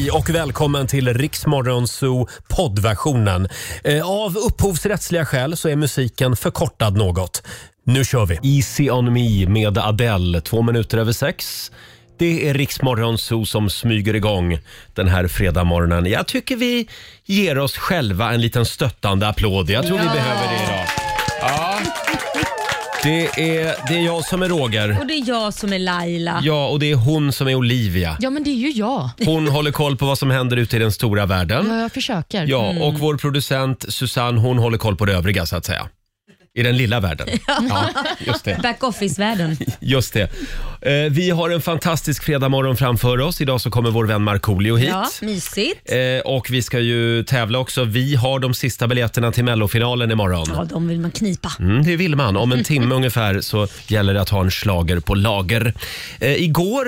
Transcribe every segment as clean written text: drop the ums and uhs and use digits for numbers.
Hej och välkommen till Rix Morgon Zoo poddversionen. Av upphovsrättsliga skäl så är musiken förkortad något. Nu kör vi. Easy on me med Adele, 6:02. Det är Rix Morgon Zoo som smyger igång den här fredagmorgonen. Jag tycker vi ger oss själva en liten stöttande applåd. Jag tror vi behöver det idag. Ja. Det är jag som är Roger. Och det är jag som är Laila. Ja, och det är hon som är Olivia. Ja, men det är ju jag. Hon håller koll på vad som händer ute i den stora världen. Ja, jag försöker. Ja, och vår producent Susanne, hon håller koll på det övriga så att säga. I den lilla världen. Ja, just det. Back-office-världen. Just det. Vi har en fantastisk fredagmorgon framför oss. Idag så kommer vår vän Markoolio hit. Ja, mysigt. Och vi ska ju tävla också. Vi har de sista biljetterna till Mellofinalen imorgon. Ja, de vill man knipa. Det vill man. Om en timme ungefär så gäller det att ha en slager på lager. Igår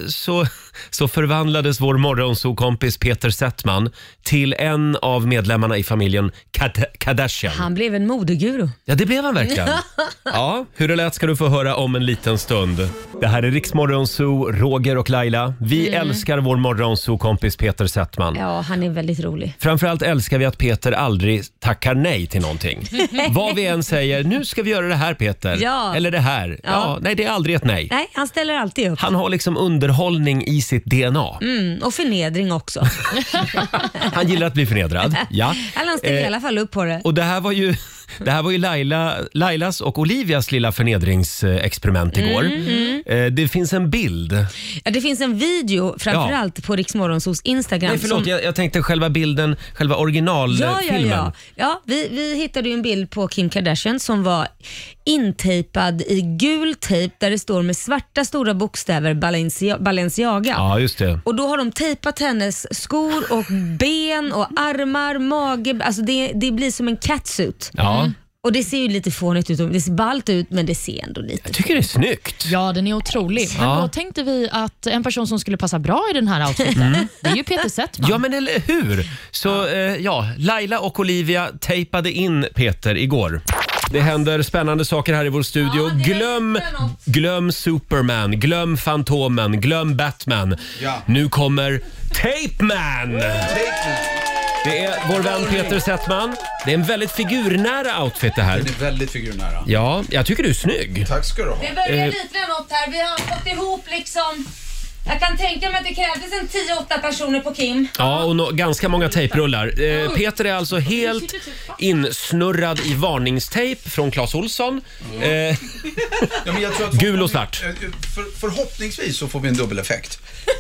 så förvandlades vår morgonsokompis Peter Settman till en av medlemmarna i familjen Kardashian. Han blev en modeguru. Ja, det blev han verkligen. Ja, hur det lät ska du få höra om en liten stund. Det här är Rix Morgon Zoo, Roger och Laila. Vi älskar vår morgonsokompis Peter Settman. Ja, han är väldigt rolig. Framförallt älskar vi att Peter aldrig tackar nej till någonting. Vad vi än säger, nu ska vi göra det här Peter. Ja. Eller det här. Ja, nej, det är aldrig ett nej. Nej, han ställer alltid upp. Han har liksom underhållning i sitt DNA. Och förnedring också. Han gillar att bli förnedrad. Ja. Han ställer i alla fall upp på det. Och det här var ju Lailas och Olivias lilla förnedringsexperiment igår. Det finns en bild. Ja, det finns en video framförallt på Rix Morgonzoos Instagram. Nej, förlåt, jag tänkte själva bilden, själva originalfilmen. Ja, vi hittade ju en bild på Kim Kardashian som var intejpad i gul tejp där det står med svarta stora bokstäver Balenciaga. Ja, just det. Och då har de tejpat hennes skor och ben och armar, mage. Alltså det blir som en catsuit. Ja. Och det ser ju lite fånigt ut, det ser ballt ut, men det ser ändå lite... Jag tycker det är snyggt. Ja, den är otrolig. Men då tänkte vi att en person som skulle passa bra i den här outfiten, det är ju Peter Settman. Ja, men eller hur? Så Laila och Olivia tejpade in Peter igår. Det händer spännande saker här i vår studio. Glöm Superman, glöm Fantomen, glöm Batman. Ja. Nu kommer Tape Man. Det är vår vän Peter Settman. Det är en väldigt figurnära outfit det här. Den är väldigt figurnära. Ja, jag tycker du är snygg. Tack ska du ha. Det börjar likna något här. Vi har fått ihop liksom... Jag kan tänka mig att det krävdes en 10-8 personer på Kim. Ja, och ganska många tejprullar. Peter är alltså helt insnurrad i varningstejp från Clas Ohlson. Ja, men jag tror att gul och svart. Förhoppningsvis så får vi en dubbeleffekt.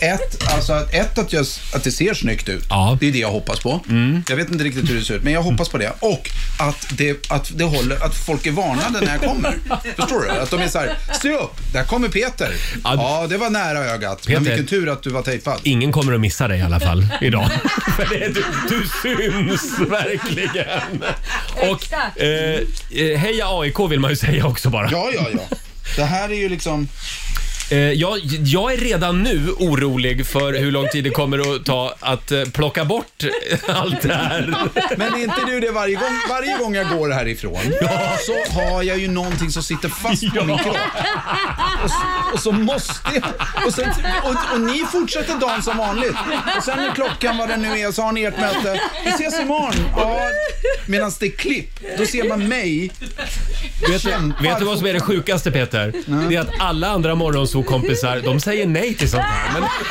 Att det ser snyggt ut. Ja. Det är det jag hoppas på. Jag vet inte riktigt hur det ser ut, men jag hoppas på det. Och att det håller, att folk är varnade när jag kommer. Förstår du? Att de är så här: se upp, där kommer Peter. Ja, det var nära ögat. Peter, men vilken tur att du var tejpad. Ingen kommer att missa dig i alla fall idag. För du syns verkligen. Och heja AIK vill man ju säga också bara. Ja. Det här är ju liksom... Jag är redan nu orolig för hur lång tid det kommer att ta att plocka bort allt det här. Men är inte du det varje gång jag går härifrån? Ja. Så har jag ju någonting som sitter fast på min kropp. Och så måste jag... Och ni fortsätter dagen som vanligt. Och sen är klockan vad den nu är, så har ni ert möte. Vi ses imorgon. Ja, medan det är klipp, då ser man mig. Vet du vad som är det sjukaste, Peter? Det är att alla andra morgonsåkompisar, de säger nej till sånt här.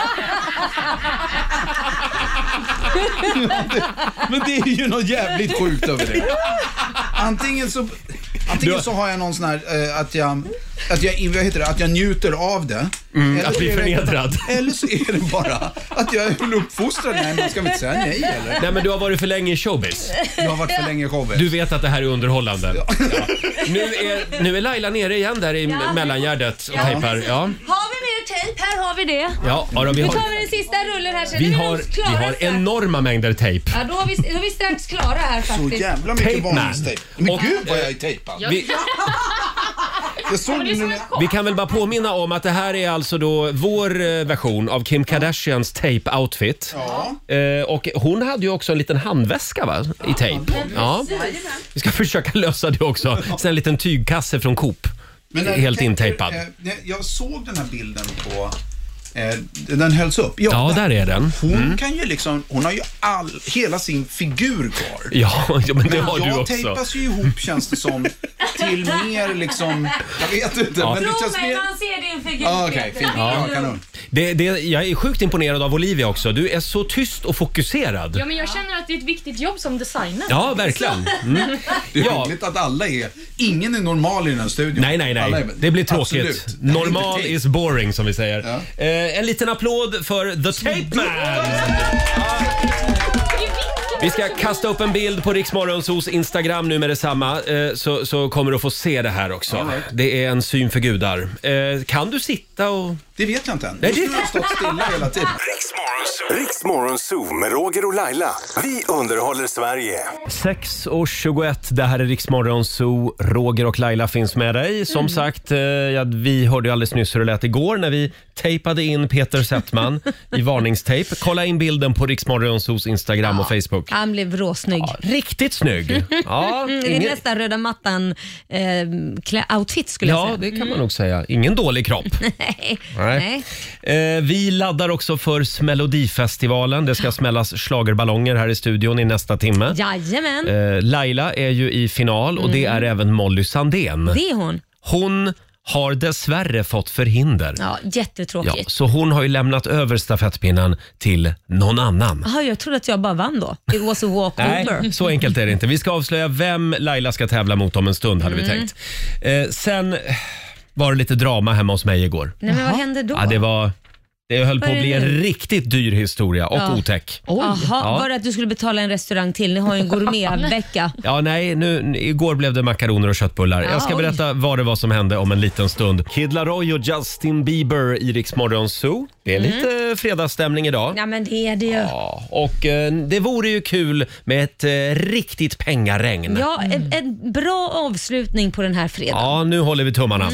Men det är ju något jävligt sjukt över det. Antingen så har jag någon sån här att jag njuter av det. Att bli förnedrad. Eller så är det bara att jag är uppfostrad. Nej, man ska väl inte säga nej eller? Nej, men du har varit för länge i showbiz. Jag har varit för länge i showbiz. Du vet att det här är underhållande. Ja. Nu är Laila nere igen där i mellangärdet och tejpar. Ja. Har vi mer tejp? Här har vi det. Ja, nu tar vi den sista rullen här. Vi har enorma mängder tejp. Ja, då är vi strax klara här faktiskt. Så jävla mycket varningstejp. Men gud vad jag är tejpad. Vi kan väl bara påminna om att det här är alltså då vår version av Kim Kardashians tape-outfit. Ja. Och hon hade ju också en liten handväska, va? I tape. Ja. Vi ska försöka lösa det också. Sen en liten tygkasse från Coop. Men helt intejpad. Jag såg den här bilden Den hölls upp. Ja, där är den. Hon kan ju liksom, hon har ju hela sin figur kvar. Ja, men det har du också. Jag tejpas ju ihop, känns det som, till mer liksom, jag vet inte. Ja. Men det känns mer... man ser din figur. Okej, fint. Ja, kanon. Jag är sjukt imponerad av Olivia också. Du är så tyst och fokuserad. Ja, men jag känner att det är ett viktigt jobb som designer. Ja, verkligen. Det är roligt att alla ingen är normal i den här studion. Nej. Det blir tråkigt. Absolut. Normal is boring, som vi säger. Ja. En liten applåd för The Tape Man. Vi ska kasta upp en bild på Rix Morgonzos Instagram nu med detsamma, så kommer du att få se det här också. Right. Det är en syn för gudar. Kan du sitta och... Det vet jag inte än. Jag har stått stilla hela tiden. Rix Morgonzoo med Roger och Laila. Vi underhåller Sverige. 6:21, det här är Rix Morgonzoo. Roger och Laila finns med dig. Som sagt, vi hörde ju alldeles nyss hur det lät igår när vi tejpade in Peter Settman i varningstejp. Kolla in bilden på Rix Morgonzos Instagram och Facebook. Han blev råsnygg. Ja, riktigt snygg. Ja, det är nästan röda mattan outfit skulle jag säga. Ja, det kan man nog säga. Ingen dålig kropp. Nej. Vi laddar också för Melodifestivalen. Det ska smällas schlagerballonger här i studion i nästa timme. Jajamän. Laila är ju i final och det är även Molly Sandén. Det är hon. Hon har dessvärre fått förhinder. Ja, jättetråkigt. Ja, så hon har ju lämnat över stafettpinnen till någon annan. Jaha, jag trodde att jag bara vann då. It was a walkover. Nej, så enkelt är det inte. Vi ska avslöja vem Laila ska tävla mot om en stund, hade vi tänkt. Sen var det lite drama hemma hos mig igår. Nej, men vad hände då? Ja, det höll på att bli en riktigt dyr historia och otäck. Jaha, var det att du skulle betala en restaurang till? Ni har ju en gourmetvecka. Ja, nej, igår blev det makaroner och köttbullar. Jag ska berätta vad det var som hände om en liten stund. Kid Laroi och Justin Bieber i Rix Morgonzoo. Det är lite fredagsstämning idag. Ja, men det är det ju. Ja, och det vore ju kul med ett riktigt pengaregn. Ja, en bra avslutning på den här fredagen. Ja, nu håller vi tummarna.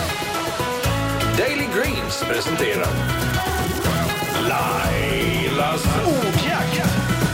Daily Greens presenterar Lailas ordjakt.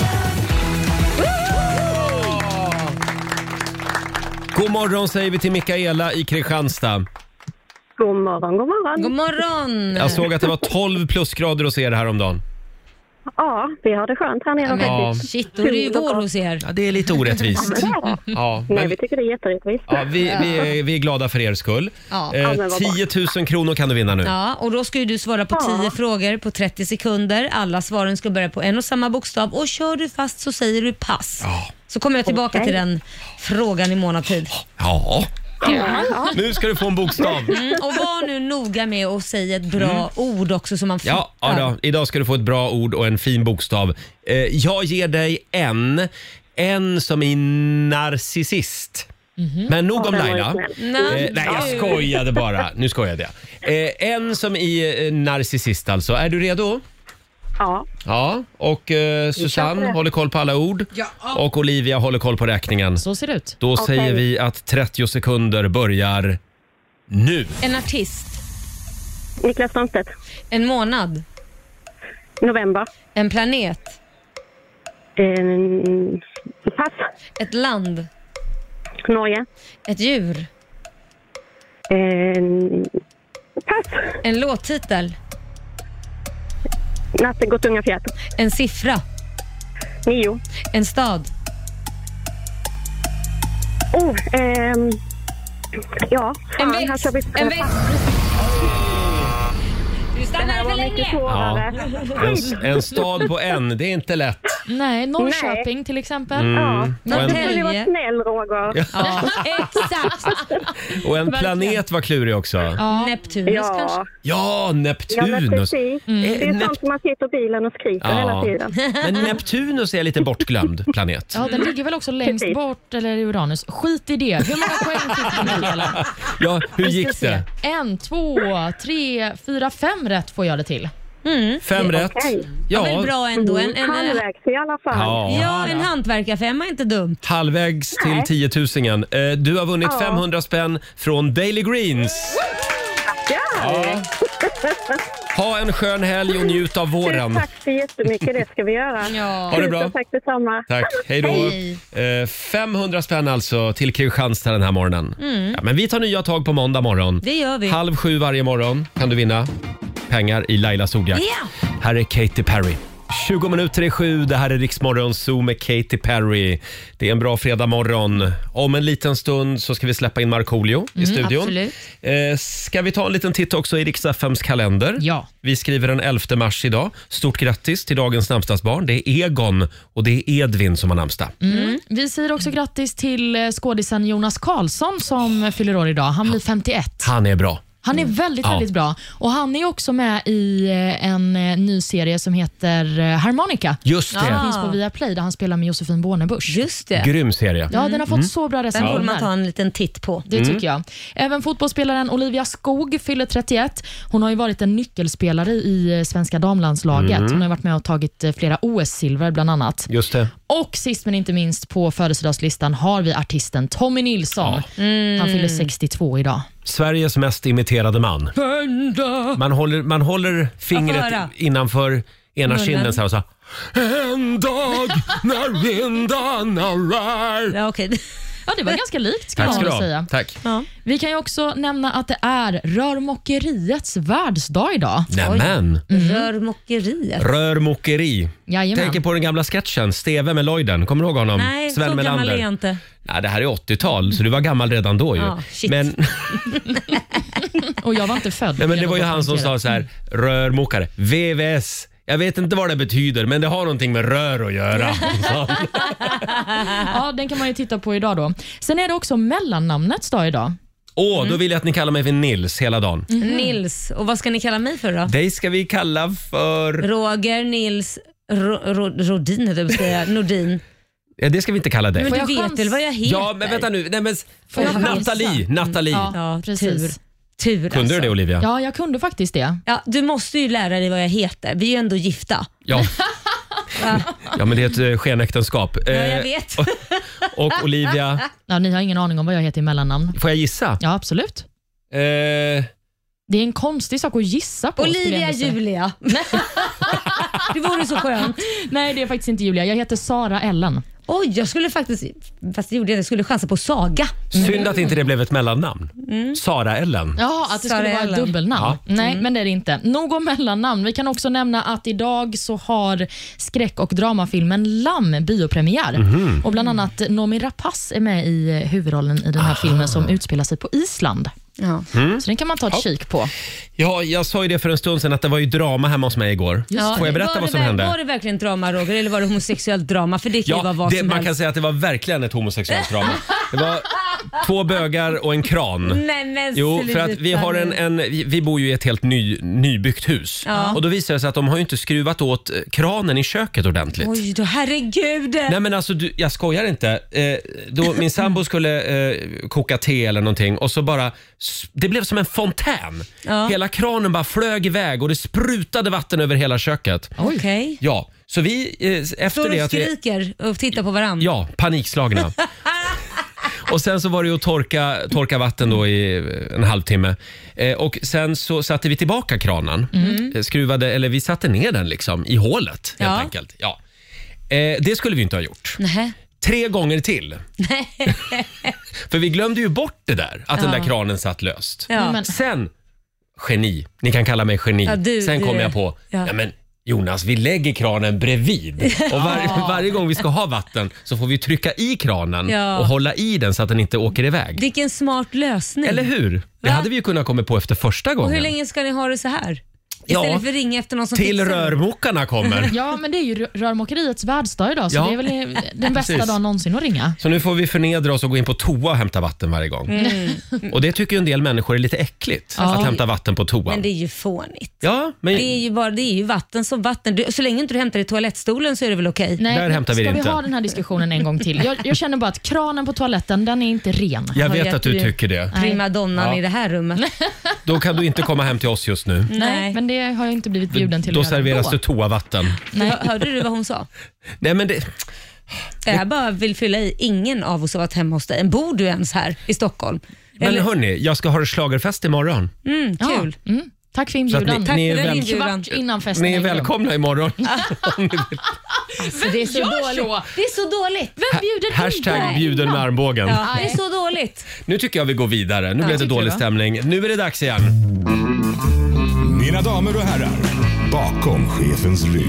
God morgon säger vi till Mikaela i Kristianstad. God morgon, god morgon. God morgon. Jag såg att det var 12 plusgrader hos er häromdagen. Ja, vi har det skönt här nere faktiskt. Shit, då är det ju vår hos er. Ja, det är lite orättvist. Ja. Nej, vi tycker det är jätterättvist. Ja, vi är glada för er skull. Ja. 10 000 kronor kan du vinna nu. Ja, och då ska ju du svara på 10 frågor på 30 sekunder. Alla svaren ska börja på en och samma bokstav. Och kör du fast så säger du pass. Ja. Så kommer jag tillbaka till den frågan i månadstid. Ja. Nu ska du få en bokstav. Och var nu noga med att säga ett bra ord också som man fattar. Ja då. Idag ska du få ett bra ord och en fin bokstav. Jag ger dig en som är narcissist. Men nog om Laila. Nej, jag skojade bara. Nu skojade jag. En som är narcissist alltså. Är du redo? Ja. Ja, och Susanne håller koll på alla ord. Och Olivia håller koll på räkningen. Så ser det ut. Då säger vi att 30 sekunder börjar nu. En artist. Niklas Strömstedt. En månad. November. En planet. Pass. Ett land. Norge. Ett djur. Pass. En låttitel. Natten går tunga fjät. En siffra. 9. En stad. Ja. En Fan, här ska växt. vi- En växt. Du Det stannar här för var mycket länge. svårare. En stad på en, det är inte lätt. Nej, Norrköping till exempel. Ja. Och Du en, skulle vara snäll, Roger. Ja, exakt. och en planet var klurig också. Neptunus kanske. Ja. Ja, Ja, men Neptunus. precis. Det är sånt som man sitter i bilen och skriker hela tiden. Men Neptunus är lite bortglömd planet. Ja, den ligger väl också längst Precis. bort, eller Uranus. Skit i det. Hur många poäng fick du, Mikaela? Ja, hur gick det? 1, 2, 3, 4, 5 rätt får jag det till. 5 rätt. Okej. Ja, väl bra ändå. Halvvägs i alla fall. Ja. En hantverkarfemma är inte dumt. Halvvägs till 10 000. Du har vunnit 500 spänn från Daily Greens. Ja. Ha en skön helg och njut av våren. Tack så jättemycket, det ska vi göra. Ja. Ha det bra. Tack detsamma. Tack, hej då. Hej. 500 spänn alltså till Kristianstad den här morgonen. Ja, men vi tar nya tag på måndag morgon. Det gör vi. 6:30 varje morgon kan du vinna. pengar i Lailas ordjakt. Ja. Här är Katy Perry. 20 minuter i 7, det här är Rix Morgon Zoo med Katy Perry. Det är en bra fredag morgon. Om en liten stund så ska vi släppa in Markoolio i studion. Absolut. Ska vi ta en liten titt också i Rix FMs kalender? Ja. Vi skriver den 11 mars idag. Stort grattis till dagens namnsdagsbarn. Det är Egon och det är Edvin som har namnsdag. Vi säger också grattis till skådisen Jonas Karlsson som fyller år idag. Han blir 51. Han är bra. Han är väldigt bra. Och han är också med i en ny serie som heter Harmonica. Just det. Som finns på Viaplay där han spelar med Josefin Bornebusch. Just det. Grym serie. Ja, den har fått så bra Den recensioner. borde man ta en liten titt på. Det tycker jag. Även fotbollsspelaren Olivia Skog fyller 31. Hon har ju varit en nyckelspelare i svenska damlandslaget. Hon har varit med och tagit flera OS-silver bland annat. Just det. Och sist men inte minst på födelsedagslistan har vi artisten Tommy Nilsson. Han fyller 62 idag. Sveriges mest imiterade man. Man håller fingret innanför ena kinden så här och så. En dag när vindarna rör. Ja, okej. Ja, det var ganska likt ska Tack ska man du säga. ha. Tack. Ja. Vi kan ju också nämna att det är rörmokeriets världsdag idag. Nämen. Rörmokeriet. Rörmokeri. Jajamän. Tänker på den gamla sketchen Steve med Lloyden. Kommer du ihåg honom? Nej, Sven så gammal Melander. är jag inte. Ja, det här är 80-tal så du var gammal redan då ju. Ja, shit. Men, Och jag var inte född. nej, men det var ju han som sa så här, rörmokare, VVS. Jag vet inte vad det betyder, men det har någonting med rör att göra. Ja, den kan man ju titta på idag då. Sen är det också mellannamnets dag idag. Då vill jag att ni kallar mig för Nils hela dagen. Nils. Och vad ska ni kalla mig för då? Dig ska vi kalla för... Roger, Nils, Rodin heter jag att säga. Nordin. Ja, det ska vi inte kalla dig. Men Får du jag vet chans? väl vad jag heter? Ja, men vänta nu. Nej, men... jag Nathalie. Ja, precis. Tur Kunde alltså. du det, Olivia? Ja, jag kunde faktiskt det. Ja, du måste ju lära dig vad jag heter. Vi är ju ändå gifta. Ja. Ja, men det är ett skenäktenskap. Ja, jag vet. Och Olivia, Ja, ni har ingen aning om vad jag heter i mellannamn. får jag gissa? Ja, absolut. Det är en konstig sak att gissa på. skulle jag Olivia ändå säga. Julia. Det vore så skönt. Nej, det är faktiskt inte Julia. Jag heter Sara Ellen. Oj, jag skulle faktiskt, fast det gjorde jag skulle chansa på Saga. Synd att inte det blev ett mellannamn. Sara Ellen. Ja, att det Sara skulle vara ett Ellen. dubbelnamn. Ja. Nej, men det är det inte. Något mellannamn. Vi kan också nämna att idag så har skräck- och dramafilmen Lamm biopremiär. Och bland annat Noomi Rapace är med i huvudrollen i den här filmen som utspelar sig på Island. Ja. Så den kan man ta ett kik på. Ja, jag sa ju det för en stund sedan att det var ju drama hemma hos mig igår. Får jag berätta vad som hände? Var det verkligen drama, Roger, eller var det homosexuellt drama? För det kan ju vara vad som man helst. kan säga att det var verkligen ett homosexuellt drama. Det var 2 bögar och en kran. Nej, men Jo, för att vi har vi bor ju i ett helt nybyggt hus. Ja. Och då visar det sig att de har ju inte skruvat åt kranen i köket ordentligt. Oj då, herregud. Nej, men alltså jag skojar inte. Då min sambo skulle koka te eller någonting och så bara, det blev som en fontän. Ja. Hela kranen bara flög iväg och det sprutade vatten över hela köket. Okej. Ja, så vi efter Står det och att vi, skriker och tittar på varandra. ja, panikslagna. Och sen så var det ju att torka vatten då i en halvtimme. Och sen så satte vi tillbaka kranen. Vi satte ner den liksom i hålet helt enkelt. Ja. Det skulle vi inte ha gjort. Nej. 3 gånger till. För vi glömde ju bort det där, att den där kranen satt löst. Ja. Men- Sen, geni, ni kan kalla mig geni. Ja, Sen kom jag på, Ja. ja men Jonas, vi lägger kranen bredvid. Och varje gång vi ska ha vatten så får vi trycka i kranen Ja. och hålla i den så att den inte åker iväg. Vilken smart lösning. Eller hur? Det hade vi ju kunnat komma på efter första gången. Och hur länge ska ni ha det så här? Istället för att ringa efter någon som till fixar det. rörmokarna kommer. Ja, men det är ju rörmokeriets världsdag idag, så Ja. det är väl den bästa Precis. dagen någonsin att ringa. Så nu får vi förnedra oss och gå in på toa och hämta vatten varje gång. Och det tycker ju en del människor är lite äckligt, att hämta vatten på toan. Men det är ju fånigt. Ja, men Det är ju vatten som vatten. Så länge inte du hämtar i toalettstolen så är det väl okej? Nej, Där men hämtar vi ska det vi inte. ha den här diskussionen en gång till? Jag känner bara att kranen på toaletten, den är inte ren. jag Har vet att du gett tycker det. Primadonnan Ja. i det här rummet. Då kan du inte komma hem till oss just nu. Nej, men det har jag inte blivit bjuden till Då att göra serveras då. det toavatten. Hörde du vad hon sa? Nej, men det... Jag bara vill fylla i. Ingen av oss har varit hemma hos dig. Bor du ens här i Stockholm? Men hörni, jag ska ha schlagerfest imorgon. Ja. Kul. Tack för Så inbjudan. att Tack ni för är den väl- inbjudan. Kvart innan festen Ni är äger rum. välkomna imorgon. Så det är så gör dåligt. så? Det är så dåligt. Vem bjuder in Hashtag dig? bjuden med armbågen. Ja, det är så dåligt. Nu tycker jag vi går vidare. Nu blev det tycker dålig du, va? stämning. Nu är det dags igen. Mina damer och herrar, bakom chefens rygg.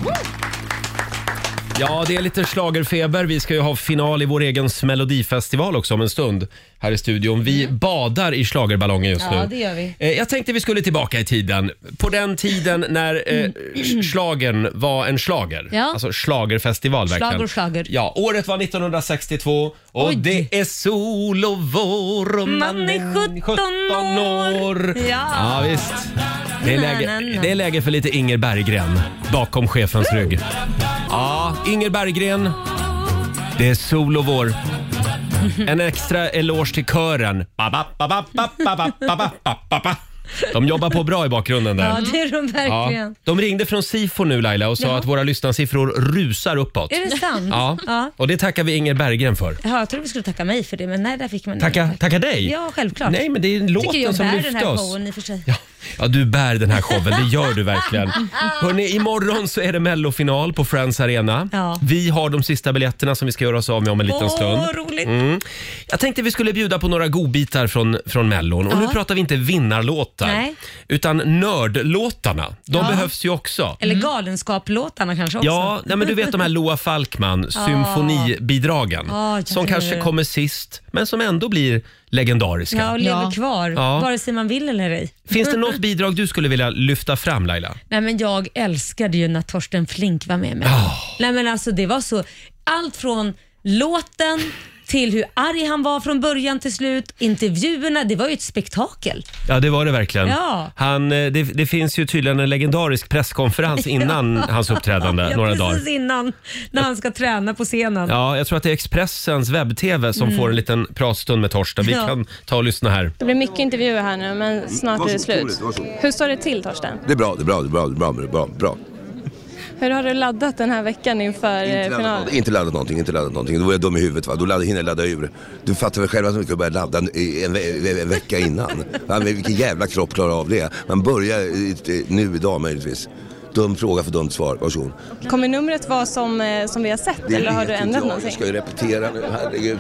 Ja, det är lite schlagerfeber. Vi ska ju ha final i vår egen Melodifestival också om en stund här i studion. Vi badar i schlagerballongen just nu. Ja, det gör vi. Jag tänkte vi skulle tillbaka i tiden. På den tiden när schlagern var en schlager. Ja. Alltså schlagerfestival verkligen. Schlager. Ja, året var 1962 och Oj. det är sol och vår och Man är 17 år. Ja. Visst. Det är läge för lite Inger Berggren bakom chefens rygg. Ja, Inger Berggren. Det är sol och vår. En extra eloge till kören. De jobbar på bra i bakgrunden där. Ja, det är de verkligen. Ja. De ringde från Sifo nu, Laila, och sa att våra lyssnarsiffror rusar uppåt. Är det sant? Ja. Och det tackar vi Inger Berggren för. Ja, jag trodde vi skulle tacka mig för det, men nej, där fick man Tacka dig? Ja, självklart. Nej, men det är låten som lyfte oss. Tycker jag bär den här showen i och för sig. Ja, du bär den här showen, det gör du verkligen. Hörrni, imorgon så är det mellofinal på Friends Arena. Ja. Vi har de sista biljetterna som vi ska göra oss av med om en liten stund. Roligt. Jag tänkte vi skulle bjuda på några godbitar från Mellon. Och nu pratar vi inte vinnarlåtar, Nej. utan nördlåtarna. De behövs ju också. Eller galenskaplåtarna kanske också. Ja, nej, men du vet de här Loa Falkman symfonibidragen som kanske kommer sist, men som ändå blir legendariska. Ja, och lever kvar, vare sig man vill eller ej. Finns det något bidrag du skulle vilja lyfta fram, Laila? Nej, men jag älskade ju när Torsten Flink var med mig. Nej, men alltså det var så, allt från låten till hur arg han var från början till slut, intervjuerna, det var ju ett spektakel. Ja, det var det verkligen. Ja. Det finns ju tydligen en legendarisk presskonferens innan hans uppträdande, några dagar. Precis innan, när han ska träna på scenen. Ja, jag tror att det är Expressens webb-tv som får en liten pratstund med Torsten. Vi kan ta och lyssna här. Det blir mycket intervjuer här nu, men snart är det slut. Hur står det till, Torsten? Det är bra. Hur har du laddat den här veckan inför finalen? Inte laddat någonting. Då var jag dum i huvudet, va? Då hinner jag ladda ur. Du fattar väl själv att man ska börja ladda en vecka innan. Vilken jävla kropp klarar av det? Man börjar nu idag möjligtvis. Dum fråga för dumt svar, varsågod. Kommer numret vara som vi har sett, eller har du ändrat någonting? Jag ska ju repetera nu, herregud.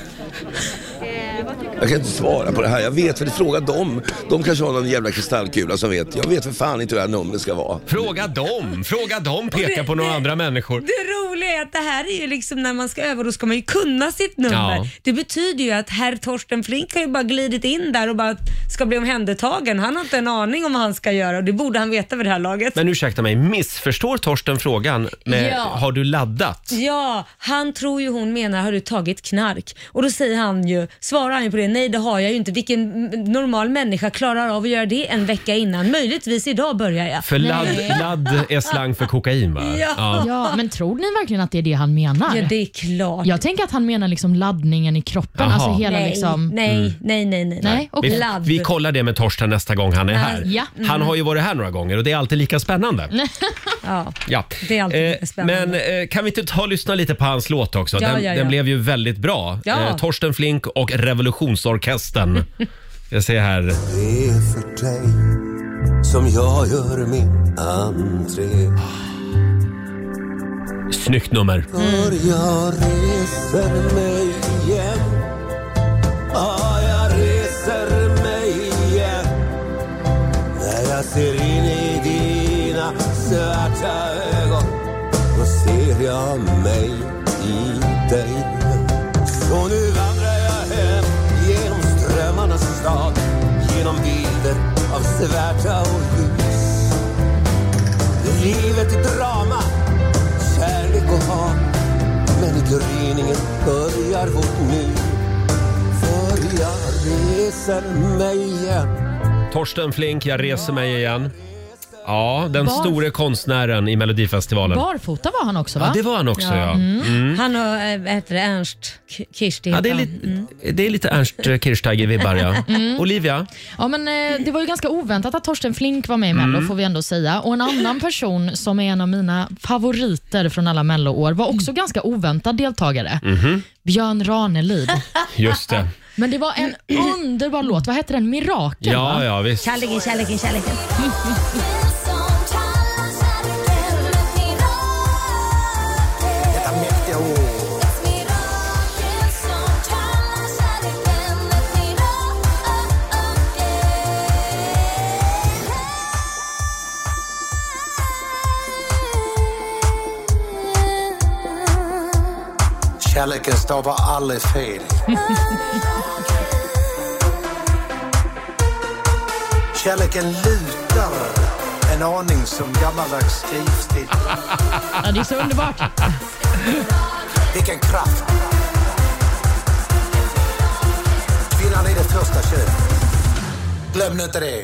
Jag kan inte svara på det här. Jag vet väl, fråga dem. De kanske har någon jävla kristallkula som vet. Jag vet för fan inte hur det här numret ska vara. Fråga dem, peka på några andra människor. Det roliga är att det här är ju liksom när man ska öva, då ska man ju kunna sitt nummer. Ja. Det betyder ju att herr Torsten Flink har ju bara glidit in där och bara ska bli omhändertagen. Han har inte en aning om vad han ska göra och det borde han veta vid det här laget. Men ursäkta mig, missförstår Torsten frågan med har du laddat? Ja, han tror ju hon menar har du tagit knark? Och då svarar han ju på det, nej det har jag ju inte. Vilken normal människa klarar av att göra det en vecka innan? Möjligtvis idag börjar jag. För ladd är slang för kokain, va? Ja, men tror ni verkligen att det är det han menar? Ja, det är klart. Jag tänker att han menar liksom laddningen i kroppen. Aha. Alltså hela Nej, liksom... nej. Okay. Vi kollar det med Torsten nästa gång han är här. Ja. Han har ju varit här några gånger och det är alltid lika spännande. Ja, det är alltid lika spännande. Men kan vi inte ta och lyssna lite på hans låt också? Den blev ju väldigt bra. Ja. Torsten Flink och Revolutionsorkestern. Jag ser här. Det är för dig som jag gör min entré. Snyggt nummer. För jag reser mig igen. Jag reser mig igen. När jag ser in i dina svarta ögon, då ser jag mig i dig. Så nu vandrar jag hem genom strömmarnas stad, genom bilder av svärta och ljus. Livet är drama, kärlek och hat, men i gryningen börjar vårt nu. För jag reser mig igen. Torsten Flink, jag reser mig igen. Ja, den store konstnären i Melodifestivalen. Barfota var han också, va? Ja, det var han också, ja. Han och Ernst Kirchsteiger. Ja, det är lite Ernst Kirchsteiger-vibbar, ja. Olivia? Ja, men det var ju ganska oväntat att Torsten Flink var med i Mello, får vi ändå säga. Och en annan person som är en av mina favoriter från alla Mello-år var också ganska oväntad deltagare. Björn Ranelid. Just det. Men det var en underbar låt. Vad heter den? Mirakel, va? Ja, visst. Kärleken. Kärleken stavar aldrig fel. Kärleken lutar en aning som gammaldags skrivstil. Ja, det är så underbart. Vilken kraft. Kvinnan är det första könet. Glöm inte det.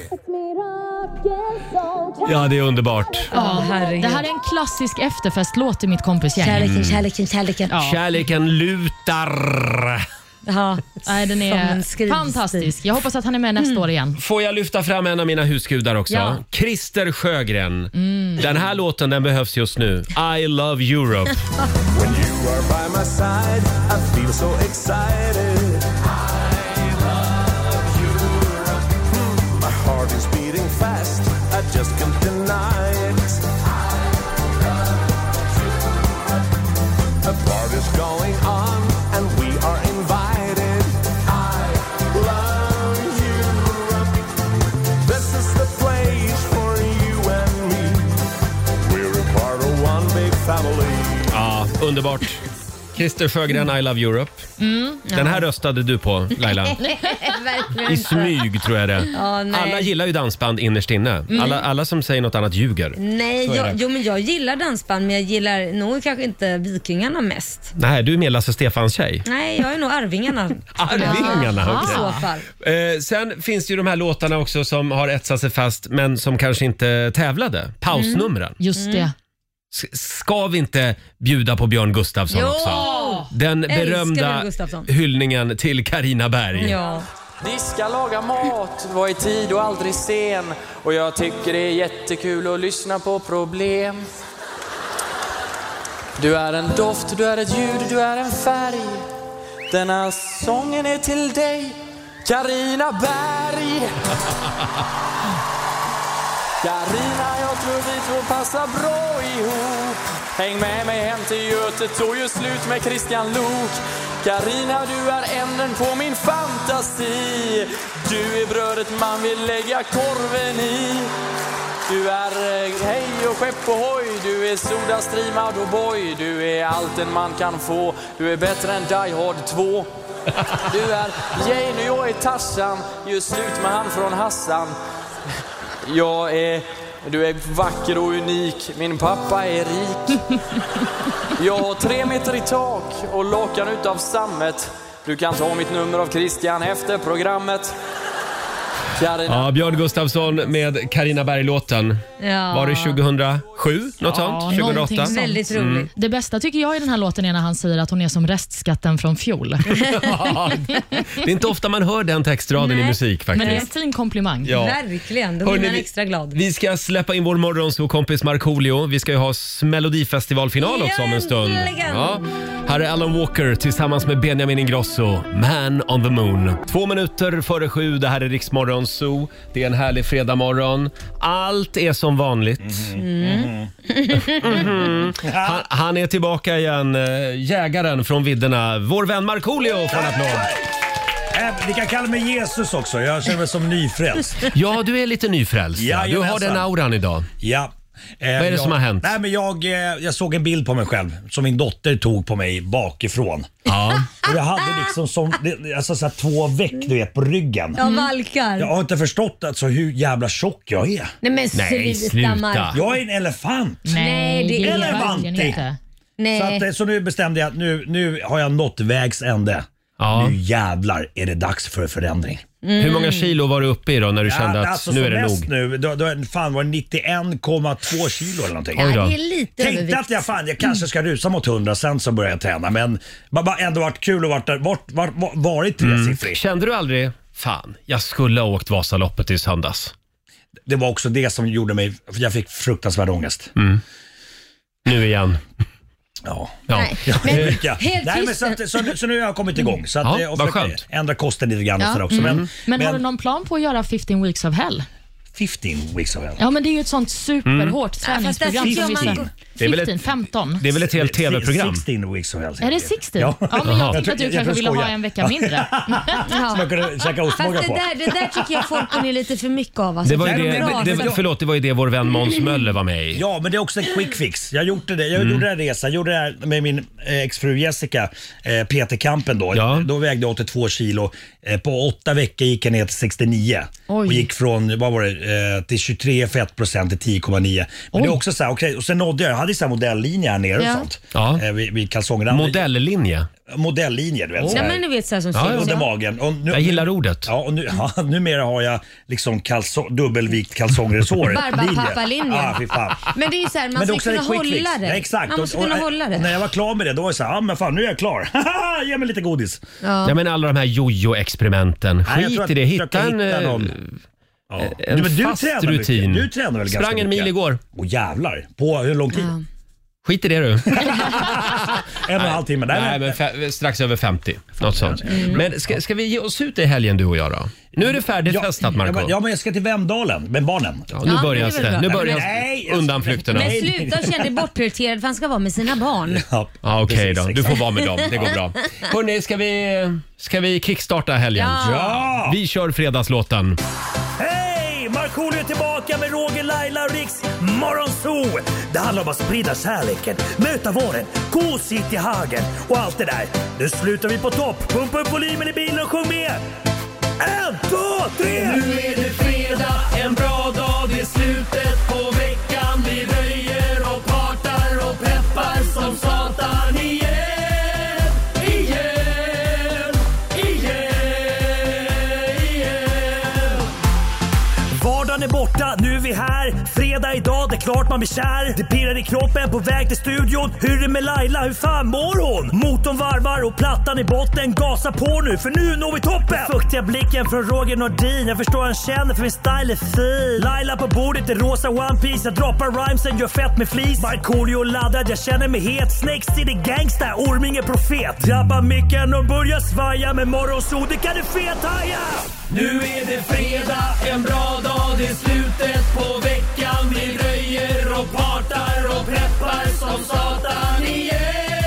Ja, det är underbart. Det här är en klassisk efterfestlåt i mitt kompisgäng. Kärleken. Ja. Kärleken lutar. Ja, nej, den är fantastisk. Jag hoppas att han är med nästa år igen. Får jag lyfta fram en av mina husgudar också? Ja. Christer Sjögren. Den här låten, den behövs just nu. I love Europe. When you are by my side, I feel so excited. I love Europe. My heart is beating fast, I just can't deny it. I love Europe. A party's going on and we are invited. I love Europe. This is the place for you and me. We're a part of one big family. Ja, underbart. Christer Sjögren, I love Europe. Den här röstade du på, Laila. verkligen I smyg tror jag det. nej. Alla gillar ju dansband innerst inne. Alla som säger något annat ljuger. Nej, men jag gillar dansband, men jag gillar nog kanske inte Vikingarna mest. Nej, du är mer Lasse Stefans tjej. Nej, jag är nog Arvingarna. Arvingarna, okej. I så fall. Sen finns det ju de här låtarna också som har etsat sig fast men som kanske inte tävlade. Pausnumren. Just det. Ska vi inte bjuda på Björn Gustafsson också? Den berömda hyllningen till Carina Berg. Ja. Diska, laga mat, var i tid och aldrig sen. Och jag tycker det är jättekul att lyssna på problem. Du är en doft, du är ett ljud, du är en färg. Denna sången är till dig, Carina Berg. Carina, jag tror vi två passar bra ihop. Häng med mig hem till Göte, tog ju slut med Christian Lok. Carina, du är änden på min fantasi. Du är brödet man vill lägga korven i. Du är hej och skepp och hoj. Du är Soda Stream och O'boy. Du är allt en man kan få. Du är bättre än Die Hard 2. Du är Jane och jag är Tarzan. Gör slut med han från Hassan. Du är vacker och unik. Min pappa är rik. Jag har 3 meter i tak och lakan utav sammet. Du kan ta mitt nummer av Christian efter programmet. Ja, Björn Gustafsson med Carina Berg-låten. Ja. Var det 2007? Något sånt? 2008? Väldigt roligt. Det bästa tycker jag i den här låten är när han säger att hon är som restskatten från fjol. Ja, det är inte ofta man hör den textraden i musik faktiskt. Men det är en fin komplimang. Ja. Verkligen, då blir man extra glad. Vi ska släppa in vår morgonsåkompis Markoolio. Vi ska ju ha Melodifestivalfinal också om en stund. Ja. Här är Alan Walker tillsammans med Benjamin Ingrosso. Man on the Moon. 2 minuter före 7. Det här är Rix Morgon Zoo. Det är en härlig fredagmorgon. Allt är som vanligt. Han är tillbaka igen. Jägaren från vidderna. Vår vän Markoolio får en applåd. Ni kan kalla mig Jesus också. Jag känner mig som nyfrälst. Ja, du är lite nyfrälst. Ja, du har den auran idag. Ja. Vad är det som har hänt? Nej, men jag såg en bild på mig själv som min dotter tog på mig bakifrån. Ja. Och jag hade liksom så här 2 veck, du vet, på ryggen. Ja, valkar. Jag har inte förstått alltså hur jävla tjock jag är. Nej, men sluta. Jag är en elefant. Nej, det är verkligen inte. Nej. Så nu bestämde jag att nu har jag nått vägs ände. Ja. Nu jävlar är det dags för förändring. Hur många kilo var du uppe i då när du kände att alltså, nu är det nog? Nu, då var det 91,2 kilo eller någonting. Ja, det är lite tänkte att jag kanske ska rusa mot 100 sen så börjar jag träna. Men bara ändå varit kul att varit 3-siffrig. Kände du aldrig, fan, jag skulle ha åkt Vasaloppet i söndags? Det var också det som gjorde mig, jag fick fruktansvärd ångest. Nu igen. Ja. Nej, så nu har jag kommit igång. Så att, vad skönt. Ändra kosten lite grann och också. Men har du någon plan på att göra 15 weeks of hell? 15 weeks of hell. Ja, men det är ju ett sånt superhårt träningsprogram. Det är väl 15. Det är väl ett helt tv-program. 16 weeks of hell. Är det 16? Ja. Men jag tänkte att du kanske ville ha en vecka mindre. Som jag kunde käka ostbågar på. Det där tycker jag folk är lite för mycket av. Alltså, det var ju det vår vän Måns Möller var med i. Ja, men det är också en quick fix. Jag gjorde den här resan. Jag gjorde det här med min exfru Jessica, PT-kampen då. Ja. Då vägde jag 82 kilo. På 8 veckor gick jag ner till 69. Oj. Och gick från, vad var det, till 23% till 10,9. Men det är också så här, okej, och sen nådde jag hade så här modelllinje här nere och sånt. Ja. Vid kalsongerna. Modelllinje, du vet. Nej, men du vet så här som under magen. Och nu, jag gillar ordet. Ja, och numera har jag liksom dubbelvikt kalsongresår. Barbapappa-linjen. Ja, fy fan. Men det är ju så här, man ska kunna hålla det. Ja, exakt. Man måste kunna hålla det. När jag var klar med det, då var jag så här, men fan, nu är jag klar. Ge mig lite godis. Ja, men alla de här jojo-experimenten. Skit i det. Hitta en fast rutin. Du tränar väl Sprang en mil igår. Åh jävlar. På hur lång tid? Ja. Skit i det du. 1,5 timme. Nej, men strax över 50. Något sånt. Men ska vi ge oss ut i helgen du och jag då? Nu är det färdigt festat, Marco. Ja, men jag ska till Vemdalen med barnen. Ja, nu börjar det. Nu börjar undanflykterna. Men sluta och känn dig bortprioriterad för han ska vara med sina barn. Ja, okej då. Du får vara med dem. Det går bra. Hörrni, ska vi kickstarta helgen? Ja! Vi kör fredagslåten. Markoolio är tillbaka med Roger, Laila och Riks Morgonzoo. Det handlar om att sprida kärleken, möta våren, gosigt i hagen och allt det där. Nu slutar vi på topp. Pumpa upp volymen i bilen och sjung med. 1, 2, 3! Nu är det fredag, en bra dag, det är slutet på veckan. Vi röjer och partar och peppar som satan igen. Vardagen är borta, nu är vi här. Fredag idag, det är klart man blir kär. Det pirrar i kroppen på väg till studion. Hur är det med Laila, hur fan mår hon? Motorn varvar och plattan i botten. Gasa på nu, för nu når vi toppen. Fuktiga blicken från Roger Nordin. Jag förstår han känner för min style är fin. Laila på bordet i rosa One Piece. Jag droppar rhymesen, gör fett med flis. Markoolio laddad, jag känner mig het. Snake City gangsta, Orminge profet. Drabbar micken och börjar svaja. Med Morgonzoo, det kan du fethaja. Nu är det fredag, en bra dag, det är slutet på veckan. Vi röjer och partar och peppar som satan igen.